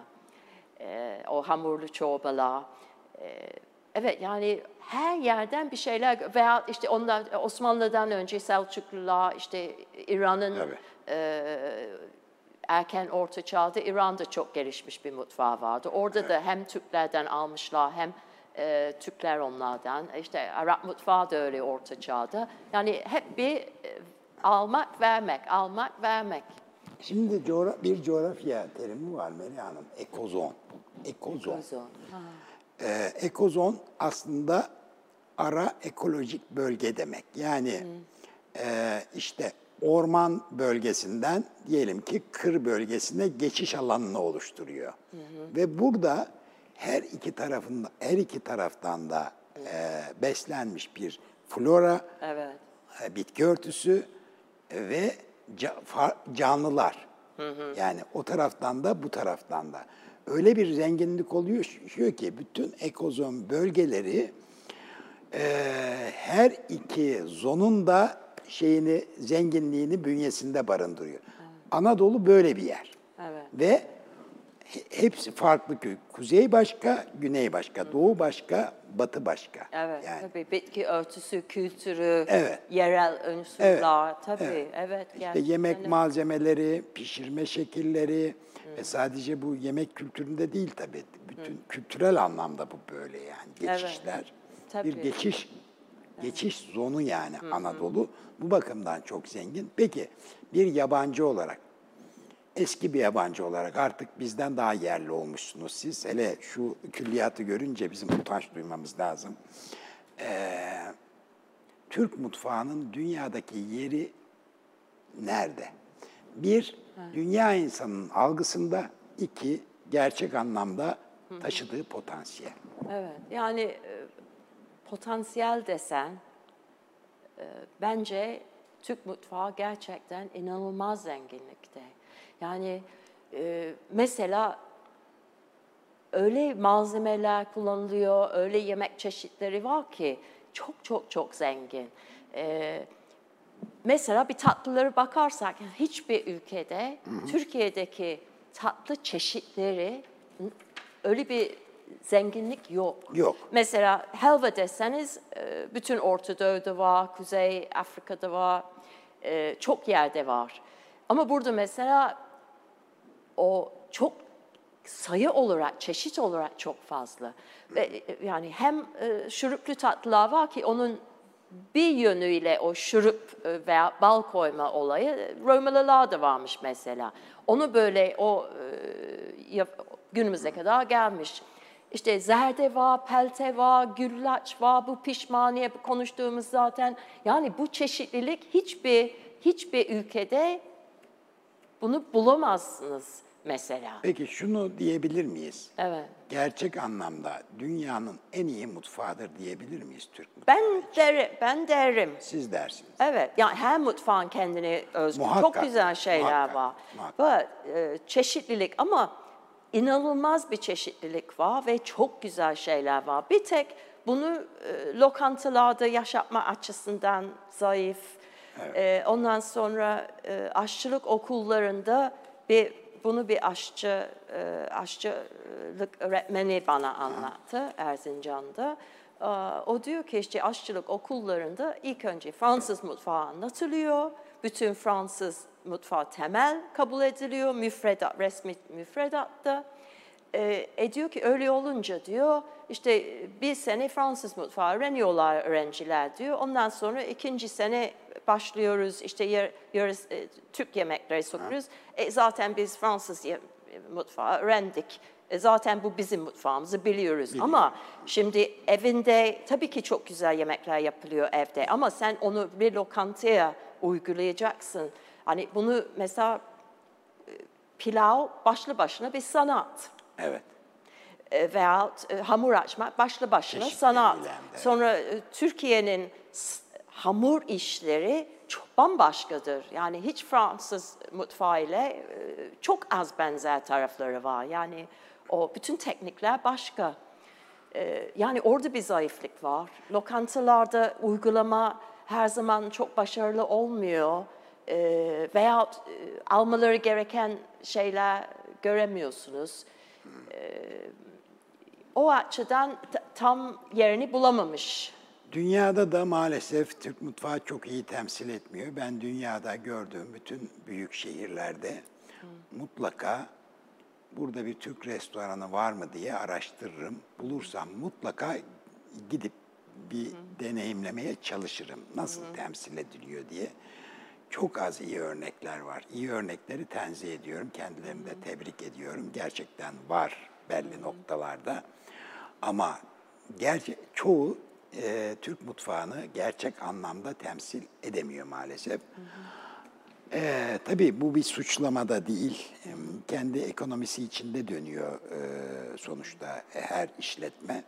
E, o hamurlu çorbalar. E, evet yani her yerden bir şeyler veya işte ondan Osmanlı'dan önce Selçuklular işte İran'ın Tabii. e, erken Orta Çağ'da İran'da çok gelişmiş bir mutfağı vardı. Orada evet. da hem Türklerden almışlar hem e, Türkler onlardan. İşte Arap mutfağı da öyle Orta Çağ'da. Yani hep bir e, almak vermek, almak vermek. Şimdi coğra- bir coğrafya terimi var Melih Hanım, ekozon. Ekozon. Ekozon. Ha. Ee, ekozon aslında ara ekolojik bölge demek. Yani e, işte orman bölgesinden diyelim ki kır bölgesine geçiş alanını oluşturuyor. Hı hı. Ve burada her iki tarafında her iki taraftan da e, beslenmiş bir flora, Evet. e, bitki örtüsü e, ve ca- fa- canlılar. Hı hı. Yani o taraftan da bu taraftan da. Öyle bir zenginlik oluyor ki bütün ekozon bölgeleri e, her iki zonun da şeyini zenginliğini bünyesinde barındırıyor. Evet. Anadolu böyle bir yer. Evet. Ve hepsi farklı. Kuzey başka, güney başka, Hı. doğu başka, batı başka. Evet, yani. tabii bitki örtüsü, kültürü, evet. yerel unsurlar, evet. tabii, evet. evet İşte yemek malzemeleri, pişirme şekilleri Hı. ve sadece bu yemek kültüründe değil tabii. Bütün Hı. kültürel anlamda bu böyle yani geçişler. Evet. Bir geçiş geçiş evet. zonu yani Hı. Anadolu. Bu bakımdan çok zengin. Peki bir yabancı olarak eski bir yabancı olarak artık bizden daha yerli olmuşsunuz siz. Hele şu külliyatı görünce bizim utanç duymamız lazım. Ee, Türk mutfağının dünyadaki yeri nerede? Bir, dünya insanının algısında. İki, gerçek anlamda taşıdığı potansiyel. Evet, yani e, potansiyel desen e, bence Türk mutfağı gerçekten inanılmaz zenginlikte. Yani e, mesela öyle malzemeler kullanılıyor, öyle yemek çeşitleri var ki çok çok çok zengin. E, mesela bir tatlılara bakarsak hiçbir ülkede hı hı. Türkiye'deki tatlı çeşitleri öyle bir zenginlik yok. Yok. Mesela helva deseniz bütün Orta Doğu'da var, Kuzey Afrika'da var, çok yerde var. Ama burada mesela o çok sayı olarak, çeşit olarak çok fazla. Ve yani hem şuruplu tatlılar var ki onun bir yönüyle o şurup veya bal koyma olayı Romalılar da varmış mesela. Onu böyle o günümüze kadar gelmiş. İşte zerde var, pelte var, güllaç var, bu pişmaniye konuştuğumuz zaten. Yani bu çeşitlilik hiçbir hiçbir ülkede bunu bulamazsınız. mesela. Peki şunu diyebilir miyiz? Evet. Gerçek anlamda dünyanın en iyi mutfağıdır diyebilir miyiz Türk mutfağı? Ben derim, ben derim. Siz dersiniz. Evet, yani her mutfağın kendine özgü Muhakkak, çok güzel şeyler muhakkak, var. muhakkak. Var, e, çeşitlilik ama inanılmaz bir çeşitlilik var ve çok güzel şeyler var. Bir tek bunu e, lokantalarda yaşatma açısından zayıf. E, ondan sonra e, aşçılık okullarında bir bunu bir aşçı e, aşçılık öğretmeni bana anlattı Erzincan'da. E, O diyor ki işte aşçılık okullarında ilk önce Fransız mutfağı anlatılıyor. Bütün Fransız mutfağı temel kabul ediliyor. Müfredat, resmi müfredatta. E, e diyor ki öyle olunca diyor işte bir sene Fransız mutfağı öğreniyorlar öğrenciler diyor. Ondan sonra ikinci sene başlıyoruz işte yer, yer, e, Türk yemekleri sokuyoruz. E, zaten biz Fransız ye, mutfağı öğrendik. E, zaten bu bizim mutfağımızı biliyoruz. Biliyorum. Ama şimdi evinde tabii ki çok güzel yemekler yapılıyor evde. Ama sen onu bir lokantaya uygulayacaksın. Hani bunu mesela e, pilav başlı başına bir sanat. Evet. E, veyahut e, hamur açmak başlı başına Çeşitli sanat. eylemler. Sonra e, Türkiye'nin s- hamur işleri çok bambaşkadır. Yani hiç Fransız mutfağı ile e, çok az benzer tarafları var. Yani o bütün teknikler başka. E, yani orada bir zayıflık var. Lokantalarda uygulama her zaman çok başarılı olmuyor. E, veyahut e, almaları gereken şeyler göremiyorsunuz. O açıdan t- tam yerini bulamamış. Dünyada da maalesef Türk mutfağı çok iyi temsil etmiyor. Ben dünyada gördüğüm bütün büyük şehirlerde mutlaka burada bir Türk restoranı var mı diye araştırırım. Bulursam mutlaka gidip bir deneyimlemeye çalışırım. Nasıl temsil ediliyor diye. Çok az iyi örnekler var. İyi örnekleri tenzih ediyorum. Kendilerini de tebrik ediyorum. Gerçekten var belli noktalarda. Ama gerçek çoğu e, Türk mutfağını gerçek anlamda temsil edemiyor maalesef. E, tabii bu bir suçlama da değil. E, kendi ekonomisi içinde dönüyor e, sonuçta her işletme.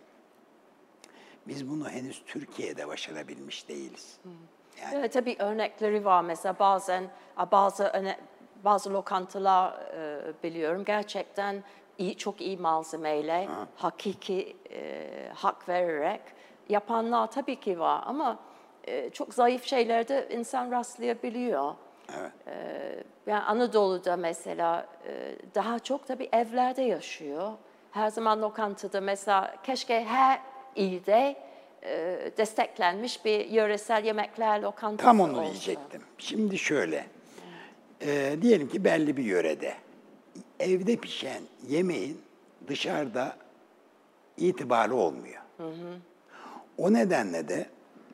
Biz bunu henüz Türkiye'de başarabilmiş değiliz. Yani Evet, tabii örnekleri var. Mesela bazen bazı öne, bazı lokantalar e, biliyorum gerçekten iyi, çok iyi malzemeyle Ha. hakiki e, hak vererek yapanlar tabii ki var ama e, çok zayıf şeylerde insan rastlayabiliyor. Evet. E, yani Anadolu'da mesela e, daha çok tabii evlerde yaşıyor. Her zaman lokantada mesela keşke her ilde e, desteklenmiş bir yöresel yemekler lokantası Tam onu olsa. diyecektim. Şimdi şöyle, e, diyelim ki belli bir yörede evde pişen yemeğin dışarıda itibarı olmuyor. O nedenle de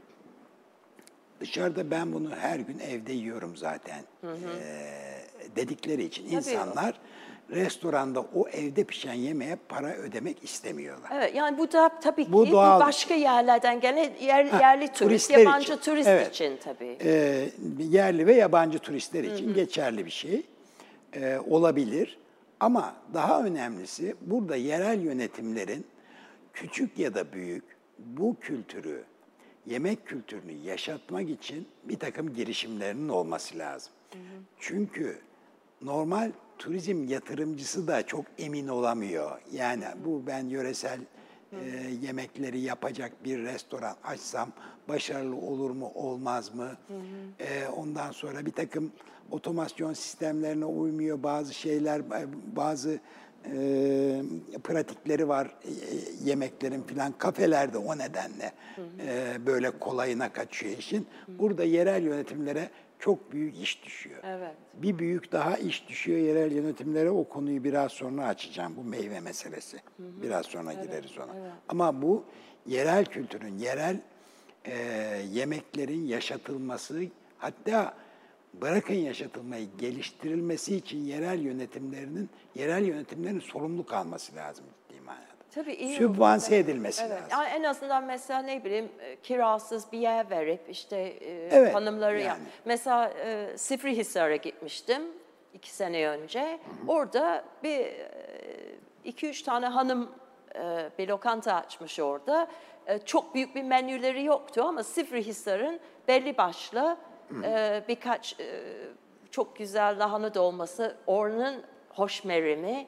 dışarıda ben bunu her gün evde yiyorum zaten e, dedikleri için Tabii. insanlar restoranda o evde pişen yemeğe para ödemek istemiyorlar. Evet, yani bu da tabii ki Bu bu, doğal. başka yerlerden gelen yer, Ha, yerli turist, turistler yabancı için. turist Evet. için tabii. Ee, yerli ve yabancı turistler için geçerli bir şey Ee, olabilir. Ama daha önemlisi burada yerel yönetimlerin küçük ya da büyük bu kültürü, yemek kültürünü yaşatmak için bir takım girişimlerinin olması lazım. Çünkü normal turizm yatırımcısı da çok emin olamıyor. Yani bu ben yöresel e, yemekleri yapacak bir restoran açsam başarılı olur mu olmaz mı? E, ondan sonra bir takım otomasyon sistemlerine uymuyor bazı şeyler, bazı e, pratikleri var e, yemeklerin filan kafelerde o nedenle e, böyle kolayına kaçıyor işin. Burada yerel yönetimlere çok büyük iş düşüyor. Evet. Bir büyük daha iş düşüyor yerel yönetimlere. O konuyu biraz sonra açacağım. Bu meyve meselesi. Biraz sonra gireriz ona. Ama bu yerel kültürün, yerel e, yemeklerin yaşatılması, hatta bırakın yaşatılmayı, geliştirilmesi için yerel yönetimlerinin yerel yönetimlerin sorumluluk alması lazım ciddi manada. Tabii iyi Sübvanse olur. edilmesi Evet. lazım. Yani en azından mesela ne bileyim e, kirasız bir yer verip işte e, Evet, hanımları yani. yap. Mesela e, Sifrihisar'a gitmiştim. iki sene önce. Orada bir e, iki üç tane hanım e, bir lokanta açmış orada. E, çok büyük bir menüleri yoktu ama Sivrihisar'ın belli başlı e, birkaç e, çok güzel lahana dolması, oranın hoşmerimi,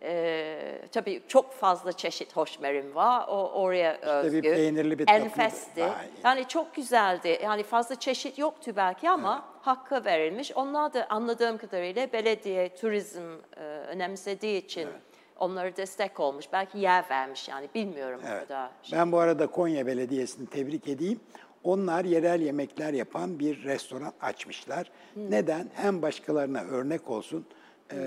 e, tabii çok fazla çeşit hoşmerim var, o oraya özgü. bir peynirli bir tatlı Enfesti. daha iyi. Yani çok güzeldi. Yani fazla çeşit yoktu belki ama hakkı verilmiş. Onlar da anladığım kadarıyla belediye turizm e, önemsediği için onlara destek olmuş. Belki yer vermiş yani bilmiyorum o Evet. kadar. Şey. Ben bu arada Konya Belediyesi'ni tebrik edeyim. Onlar yerel yemekler yapan bir restoran açmışlar. Neden? Hem başkalarına örnek olsun e,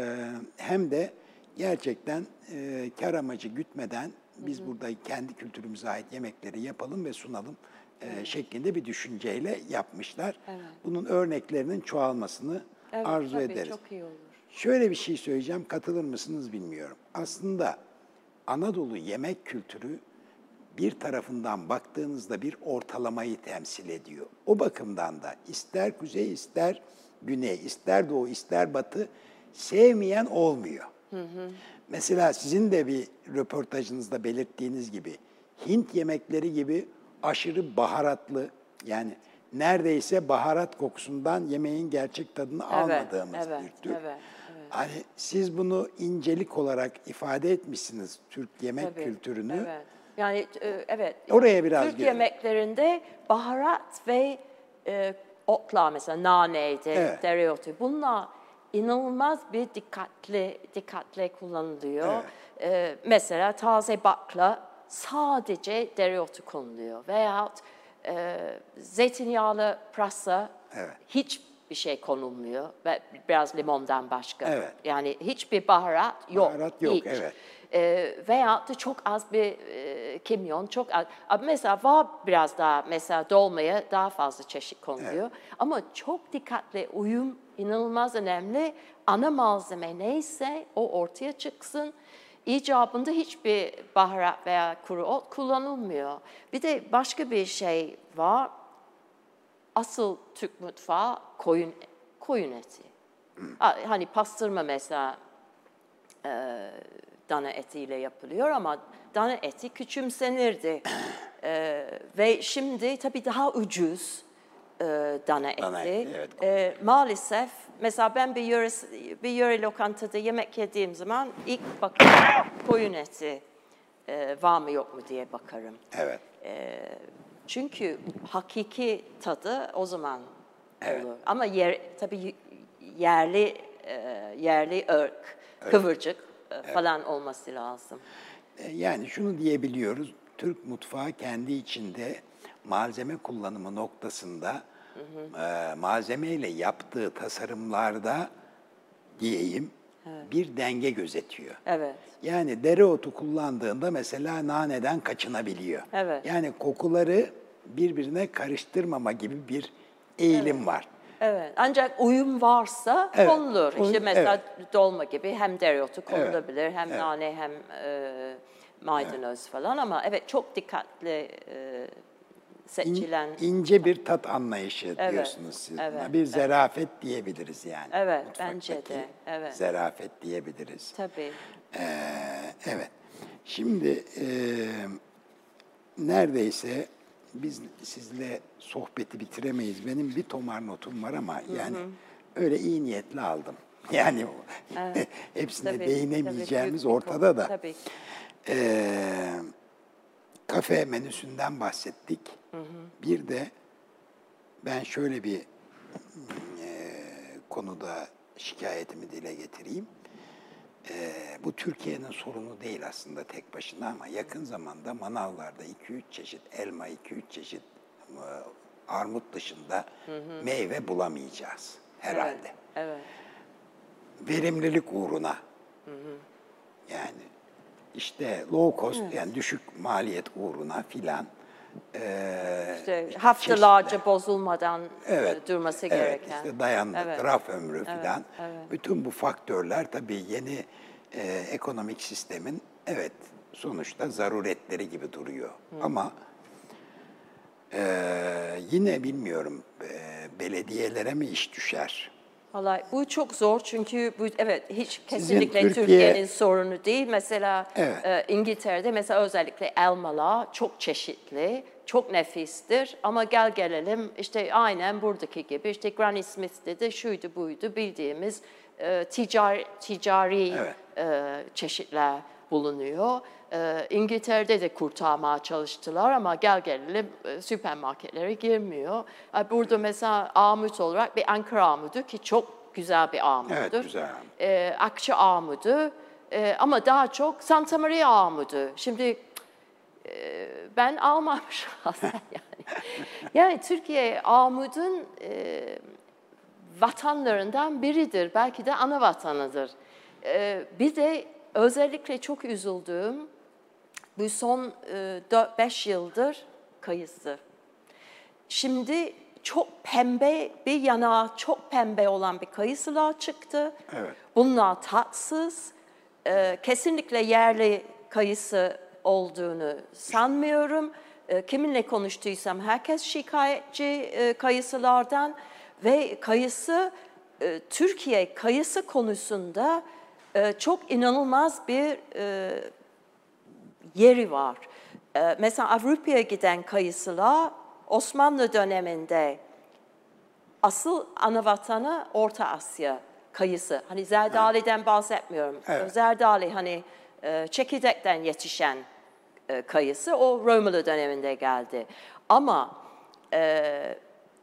hem de gerçekten e, kar amacı gütmeden biz burada kendi kültürümüze ait yemekleri yapalım ve sunalım e, şeklinde bir düşünceyle yapmışlar. Bunun örneklerinin çoğalmasını Evet, arzu tabii, ederiz. çok iyi olur. Şöyle bir şey söyleyeceğim, katılır mısınız bilmiyorum. Aslında Anadolu yemek kültürü bir tarafından baktığınızda bir ortalamayı temsil ediyor. O bakımdan da ister kuzey, ister güney, ister doğu, ister batı sevmeyen olmuyor. Hı hı. Mesela sizin de bir röportajınızda belirttiğiniz gibi Hint yemekleri gibi aşırı baharatlı, yani neredeyse baharat kokusundan yemeğin gerçek tadını Evet, almadığımız evet, bir tür. evet, evet. Hani siz bunu incelik olarak ifade etmişsiniz Türk yemek Tabii, kültürünü. Evet. Yani e, evet. Oraya biraz Türk girelim. yemeklerinde baharat ve e, otlar mesela naneydi, Evet. dereotu. Bunlar inanılmaz bir dikkatli dikkatle kullanılıyor. E, mesela taze bakla sadece dereotu konuluyor veyahut e, zeytinyağlı pırasa Evet. hiçbir şey konulmuyor ve biraz limondan başka. Evet. Yani hiçbir baharat yok. Baharat yok, hiç. evet. E, veyahut da çok az bir e, kimyon, çok az. Ama mesela var biraz daha, mesela dolmaya daha fazla çeşit konuluyor. Ama çok dikkatli, uyum inanılmaz önemli. Ana malzeme neyse o ortaya çıksın. İcabında hiçbir baharat veya kuru ot kullanılmıyor. Bir de başka bir şey var. Asıl Türk mutfağı koyun, koyun eti. Ha, Hani pastırma mesela e, dana etiyle yapılıyor ama dana eti küçümsenirdi. E, ve şimdi tabii daha ucuz e, dana eti. Dana eti, evet. E, maalesef mesela ben bir yöre, bir yöre lokantada yemek yediğim zaman ilk bakarım koyun eti e, var mı yok mu diye bakarım. Evet. E, çünkü hakiki tadı o zaman Evet. olur. Ama yer, tabii yerli e, yerli ırk, kıvırcık e, falan olması lazım. E, Yani şunu diyebiliyoruz, Türk mutfağı kendi içinde malzeme kullanımı noktasında e, malzemeyle yaptığı tasarımlarda diyeyim bir denge gözetiyor. Evet. Yani dereotu kullandığında mesela naneden kaçınabiliyor. Evet. Yani kokuları birbirine karıştırmama gibi bir eğilim var. Evet. Ancak uyum varsa Evet. konulur. Uyum- İşte mesela dolma gibi hem dereotu konulabilir, hem Evet. nane hem e, maydanoz falan ama evet çok dikkatli e, İn- seçilen. ince bir tat anlayışı Evet, diyorsunuz siz buna. evet, Bir zerafet diyebiliriz yani. Evet, Mutfaktaki bence de, evet. zerafet diyebiliriz. Tabii. Ee, evet. Şimdi e, neredeyse biz sizle sohbeti bitiremeyiz. Benim bir tomar notum var ama yani öyle iyi niyetli aldım. Yani hepsine Tabii, değinemeyeceğimiz tabii, büyük bir ortada konu, da. tabii. Ee, kafe menüsünden bahsettik. Bir de ben şöyle bir e, konuda şikayetimi dile getireyim. E, bu Türkiye'nin sorunu değil aslında tek başına ama yakın zamanda manavlarda iki üç çeşit elma, iki üç çeşit e, armut dışında meyve bulamayacağız herhalde. Evet. Evet. Verimlilik uğruna. Yani işte low cost yani düşük maliyet uğruna filan. E, İşte işte haftalarca çeşitler. bozulmadan Evet, e, durması evet, gereken. işte dayanıklı, Evet. raf ömrü filan. evet. Bütün bu faktörler tabii yeni e, ekonomik sistemin evet sonuçta zaruretleri gibi duruyor. Ama e, yine bilmiyorum e, belediyelere mi iş düşer? Vallahi bu çok zor çünkü bu evet hiç kesinlikle Türkiye- Türkiye'nin sorunu değil. Mesela Evet. e, İngiltere'de mesela özellikle elmalar çok çeşitli, çok nefistir ama gel gelelim işte aynen buradaki gibi işte Granny Smith dedi şuydu buydu bildiğimiz e, ticari, ticari Evet. e, çeşitler bulunuyor. E, İngiltere'de de kurtarmaya çalıştılar ama gel gelelim e, süpermarketlere girmiyor. E, burada mesela armut olarak bir Ankara armudu ki çok güzel bir armuttur. Evet, güzel. E, Akça armudu e, ama daha çok Santa Maria armudu. Şimdi e, ben almam şahsen yani. Yani Türkiye armudun e, vatanlarından biridir. Belki de ana vatanıdır. Ee, bir de özellikle çok üzüldüğüm bu son e, dört beş yıldır kayısı. Şimdi çok pembe bir yanağı çok pembe olan bir kayısılar çıktı. Evet. Bunlar tatsız. Ee, kesinlikle yerli kayısı olduğunu sanmıyorum. Ee, kiminle konuştuysam herkes şikayetçi e, kayısılardan ve kayısı e, Türkiye kayısı konusunda e, çok inanılmaz bir e, yeri var. Ee, mesela Avrupa'ya giden kayısılar Osmanlı döneminde asıl ana vatanı Orta Asya kayısı. Hani zerdaliden bahsetmiyorum. Evet. Zerdali hani e, çekirdekten yetişen e, kayısı o Romalı döneminde geldi. Ama e,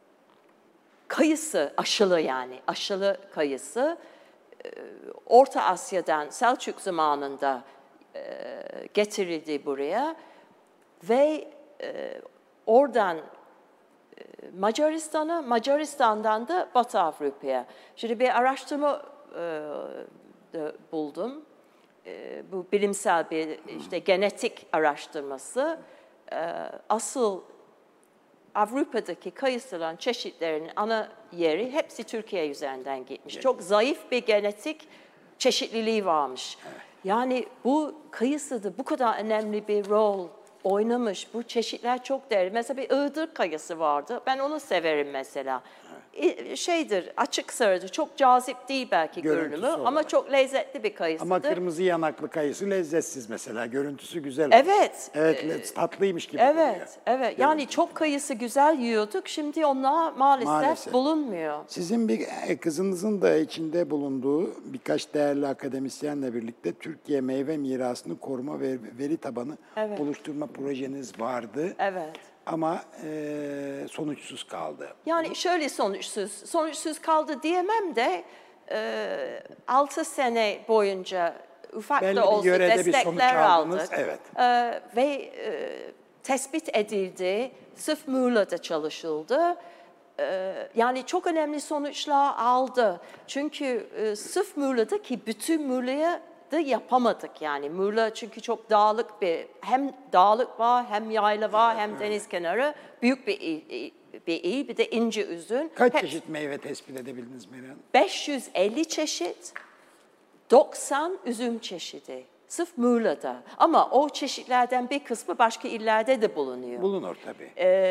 kayısı aşılı yani aşılı kayısı e, Orta Asya'dan Selçuk zamanında e, getirildi buraya ve e, oradan Macaristan'a, Macaristan'dan da Batı Avrupa'ya. Şimdi bir araştırma e, de buldum. E, bu bilimsel bir işte genetik araştırması. E, asıl Avrupa'daki kayısıların çeşitlerinin ana yeri hepsi Türkiye üzerinden gitmiş. Çok zayıf bir genetik çeşitliliği varmış. Yani bu kayısıda bu kadar önemli bir rol oynamış. Bu çeşitler çok değerli. Mesela bir Iğdır kayısı vardı. Ben onu severim mesela. Evet. Şeydir, açık sarıdır. Çok cazip değil belki Görüntüsü görünümü olarak. ama çok lezzetli bir kayısıdır. Ama kırmızı yanaklı kayısı lezzetsiz mesela. Görüntüsü güzel. Evet. Evet, le- tatlıymış gibi Evet, duruyor. evet. Yani çok kayısı güzel yiyorduk. Şimdi onlar maalesef, Maalesef. bulunmuyor. Sizin bir e, kızınızın da içinde bulunduğu birkaç değerli akademisyenle birlikte Türkiye meyve mirasını koruma ve veri tabanı Evet. oluşturma projeniz vardı. Evet. Ama e, sonuçsuz kaldı. Yani şöyle sonuçsuz, sonuçsuz kaldı diyemem de e, altı sene boyunca ufak Belli da bir olsa yörede bir sonuç destekler aldınız, aldık. evet. E, ve e, tespit edildi, sırf Muğla'da çalışıldı. E, yani çok önemli sonuçlar aldı. Çünkü e, sırf Muğla'daki bütün Muğla'ya da yapamadık yani. Muğla çünkü çok dağlık bir, hem dağlık var, hem yayla var, hem deniz kenarı. Büyük bir il, bir il, bir de ince üzün. Kaç Hep çeşit meyve tespit edebildiniz Meryem? beş yüz elli çeşit, doksan üzüm çeşidi. Sırf Muğla'da. Ama o çeşitlerden bir kısmı başka illerde de bulunuyor. Bulunur tabii.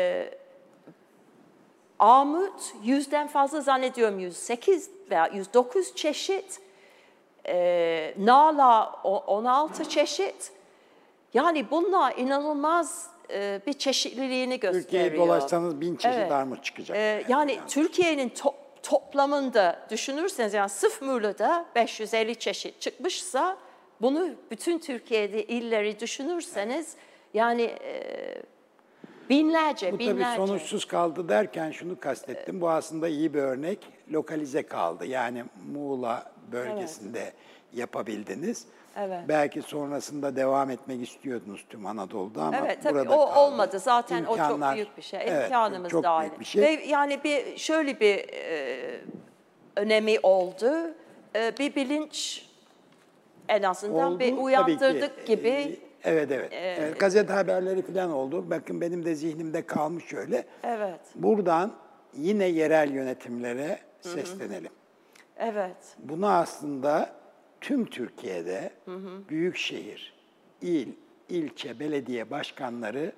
Armut yüzden fazla zannediyorum yüz sekiz veya yüz dokuz çeşit. E, nala on altı çeşit. Yani bunlar inanılmaz e, bir çeşitliliğini gösteriyor. Türkiye'yi dolaşsanız bin çeşit Evet. armut çıkacak. E, yani yani. Türkiye'nin to- toplamında düşünürseniz yani sırf Muğla'da beş yüz elli çeşit çıkmışsa bunu bütün Türkiye'de illeri düşünürseniz yani e, binlerce Bu binlerce. tabii sonuçsuz kaldı derken şunu kastettim. Bu aslında iyi bir örnek. Lokalize kaldı. Yani Muğla bölgesinde yapabildiniz. Evet. Belki sonrasında devam etmek istiyordunuz tüm Anadolu'da ama Evet tabii burada o kaldı. olmadı. Zaten o İmkanlar- çok büyük bir şey. Evet, İmkanımız çok dahil. büyük bir şey. Ve yani bir şöyle bir e, önemi oldu. E, bir bilinç en azından Oldu, bir tabii uyandırdık ki. gibi. Ee, Evet, evet. Evet, gazete haberleri falan oldu. Bakın benim de zihnimde kalmış şöyle. Evet. Buradan yine yerel yönetimlere seslenelim. Evet. Bunu aslında tüm Türkiye'de büyükşehir, il, ilçe, belediye başkanları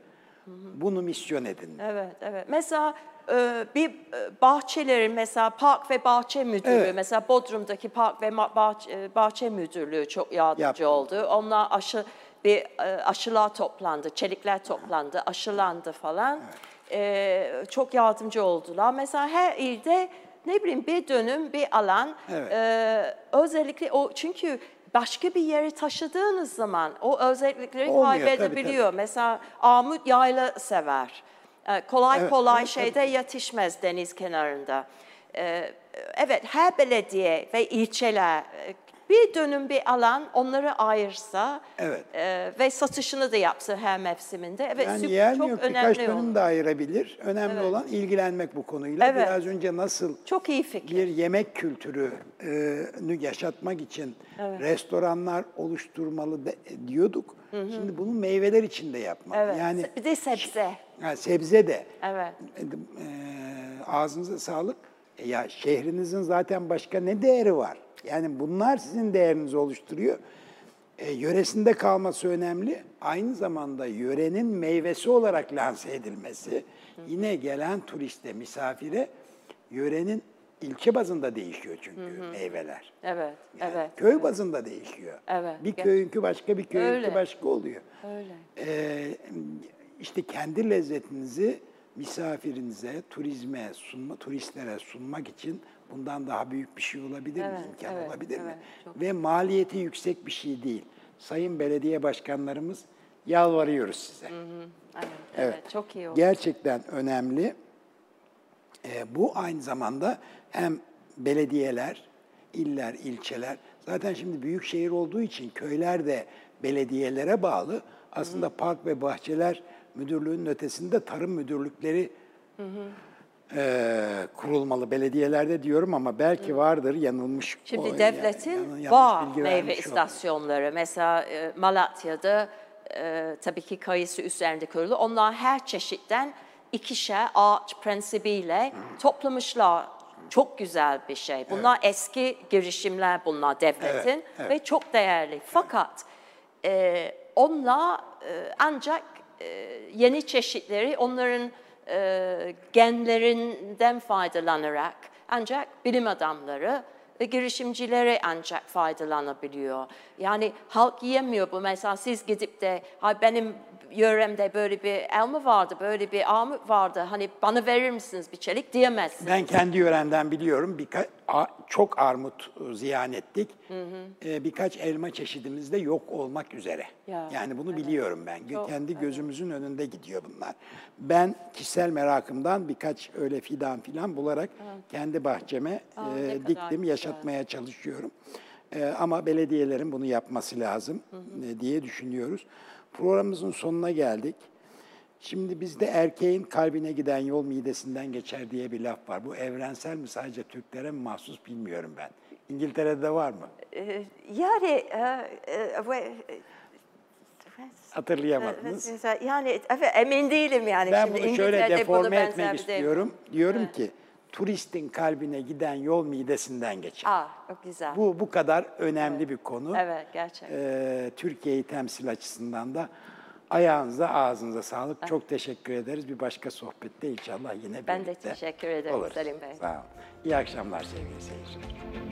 Bunu misyon edin. Evet, evet. Mesela e, bir e, bahçelerin, mesela Park ve Bahçe Müdürlüğü, Evet. mesela Bodrum'daki Park ve Ma- Bahçe, e, Bahçe Müdürlüğü çok yardımcı Yaptı. oldu. Onlar aşı bir e, aşılar toplandı, çelikler toplandı, aşılandı falan. E, çok yardımcı oldular. Mesela her ilde ne bileyim bir dönüm, bir alan. Evet. e, özellikle o, çünkü başka bir yere taşıdığınız zaman o özellikleri Olmuyor, tabii, kaybedebiliyor. Mesela armut yayla sever. Ee, Kolay Evet, kolay evet, şeyde yetişmez deniz kenarında. Ee, Evet, her belediye ve ilçeler e, bir dönüm bir alan onları ayırsa Evet. e, ve satışını da yapsa her mevsiminde. Evet, Yani süp- yer mi çok yok, önemli birkaç dönüm olur. de ayırabilir. Önemli Evet. olan ilgilenmek bu konuyla. Evet. Biraz önce nasıl Çok iyi fikir. bir yemek kültürünü yaşatmak için restoranlar oluşturmalı de- diyorduk. Şimdi bunu meyveler için de yapmalı. Evet. Yani Bir de sebze. yani sebze de. Evet. Ee, ağzınıza sağlık. E ya şehrinizin zaten başka ne değeri var? Yani bunlar sizin değerinizi oluşturuyor. E, yöresinde kalması önemli. Aynı zamanda yörenin meyvesi olarak lanse edilmesi, yine gelen turiste, misafire yörenin ilçe bazında değişiyor çünkü meyveler. Evet, Yani evet. köy bazında değişiyor. Evet, Bir gerçekten. köyünkü başka, bir köyünkü Öyle. başka oluyor. Öyle. Ee, işte kendi lezzetinizi misafirinize, turizme sunma, turistlere sunmak için bundan daha büyük bir şey olabilir mi? Evet, İmkan evet, olabilir mi? evet, çok Ve maliyeti yüksek bir şey değil. Sayın belediye başkanlarımız, yalvarıyoruz size. Evet, evet, çok iyi oldu. Gerçekten önemli. Ee, bu aynı zamanda hem belediyeler, iller, ilçeler, zaten şimdi büyük şehir olduğu için köyler de belediyelere bağlı. Aslında Park ve Bahçeler Müdürlüğü'nün ötesinde tarım müdürlükleri e, kurulmalı belediyelerde diyorum ama belki vardır yanılmış. Şimdi o- devletin yan- yanlış var bilgi meyve vermiş olayım. istasyonları. Mesela e, Malatya'da e, tabii ki kayısı üzerinde kurulu. Onlar her çeşitten ikişer ağaç prensibiyle toplamışlar. Çok güzel bir şey. Bunlar eski girişimler bunlar devletin Evet, evet. ve çok değerli. Fakat e, onlar e, ancak e, yeni çeşitleri onların e, genlerinden faydalanarak ancak bilim adamları ve girişimcileri ancak faydalanabiliyor. Yani halk yiyemiyor bu. Mesela siz gidip de "Hay benim yöremde böyle bir elma vardı, böyle bir armut vardı. Hani bana verir misiniz bir çelik?" diyemezsiniz. Ben kendi yöremden biliyorum. Birkaç a- çok armut e, ziyan ettik. Ee, birkaç elma çeşidimiz de yok olmak üzere. Ya, yani bunu biliyorum ben. Gö- Çok, kendi gözümüzün önünde gidiyor bunlar. Ben kişisel merakımdan birkaç öyle fidan filan bularak kendi bahçeme Aa, e, ne kadar diktim, güzel. yaşatmaya çalışıyorum. E, ama belediyelerin bunu yapması lazım e, diye düşünüyoruz. Programımızın sonuna geldik. Şimdi bizde erkeğin kalbine giden yol midesinden geçer diye bir laf var. Bu evrensel mi, sadece Türklere mi mahsus bilmiyorum ben. İngiltere'de var mı? Ee, Yani e, e, ve- Hatırlayamadınız. Mesela yani evet, emin değilim yani. Ben Şimdi bunu şöyle İngiltere'de bunu deforme benzer etmek bir deyim. istiyorum. Diyorum ki turistin kalbine giden yol midesinden geçer. Aa, çok güzel. Bu bu kadar önemli bir konu. Evet, gerçekten. Ee, Türkiye'yi temsil açısından da ayağınıza, ağzınıza sağlık. Çok teşekkür ederiz. Bir başka sohbette inşallah yine birlikte Ben de teşekkür ederim oluruz. Selim Bey. Sağ olun. İyi akşamlar sevgili seyirciler.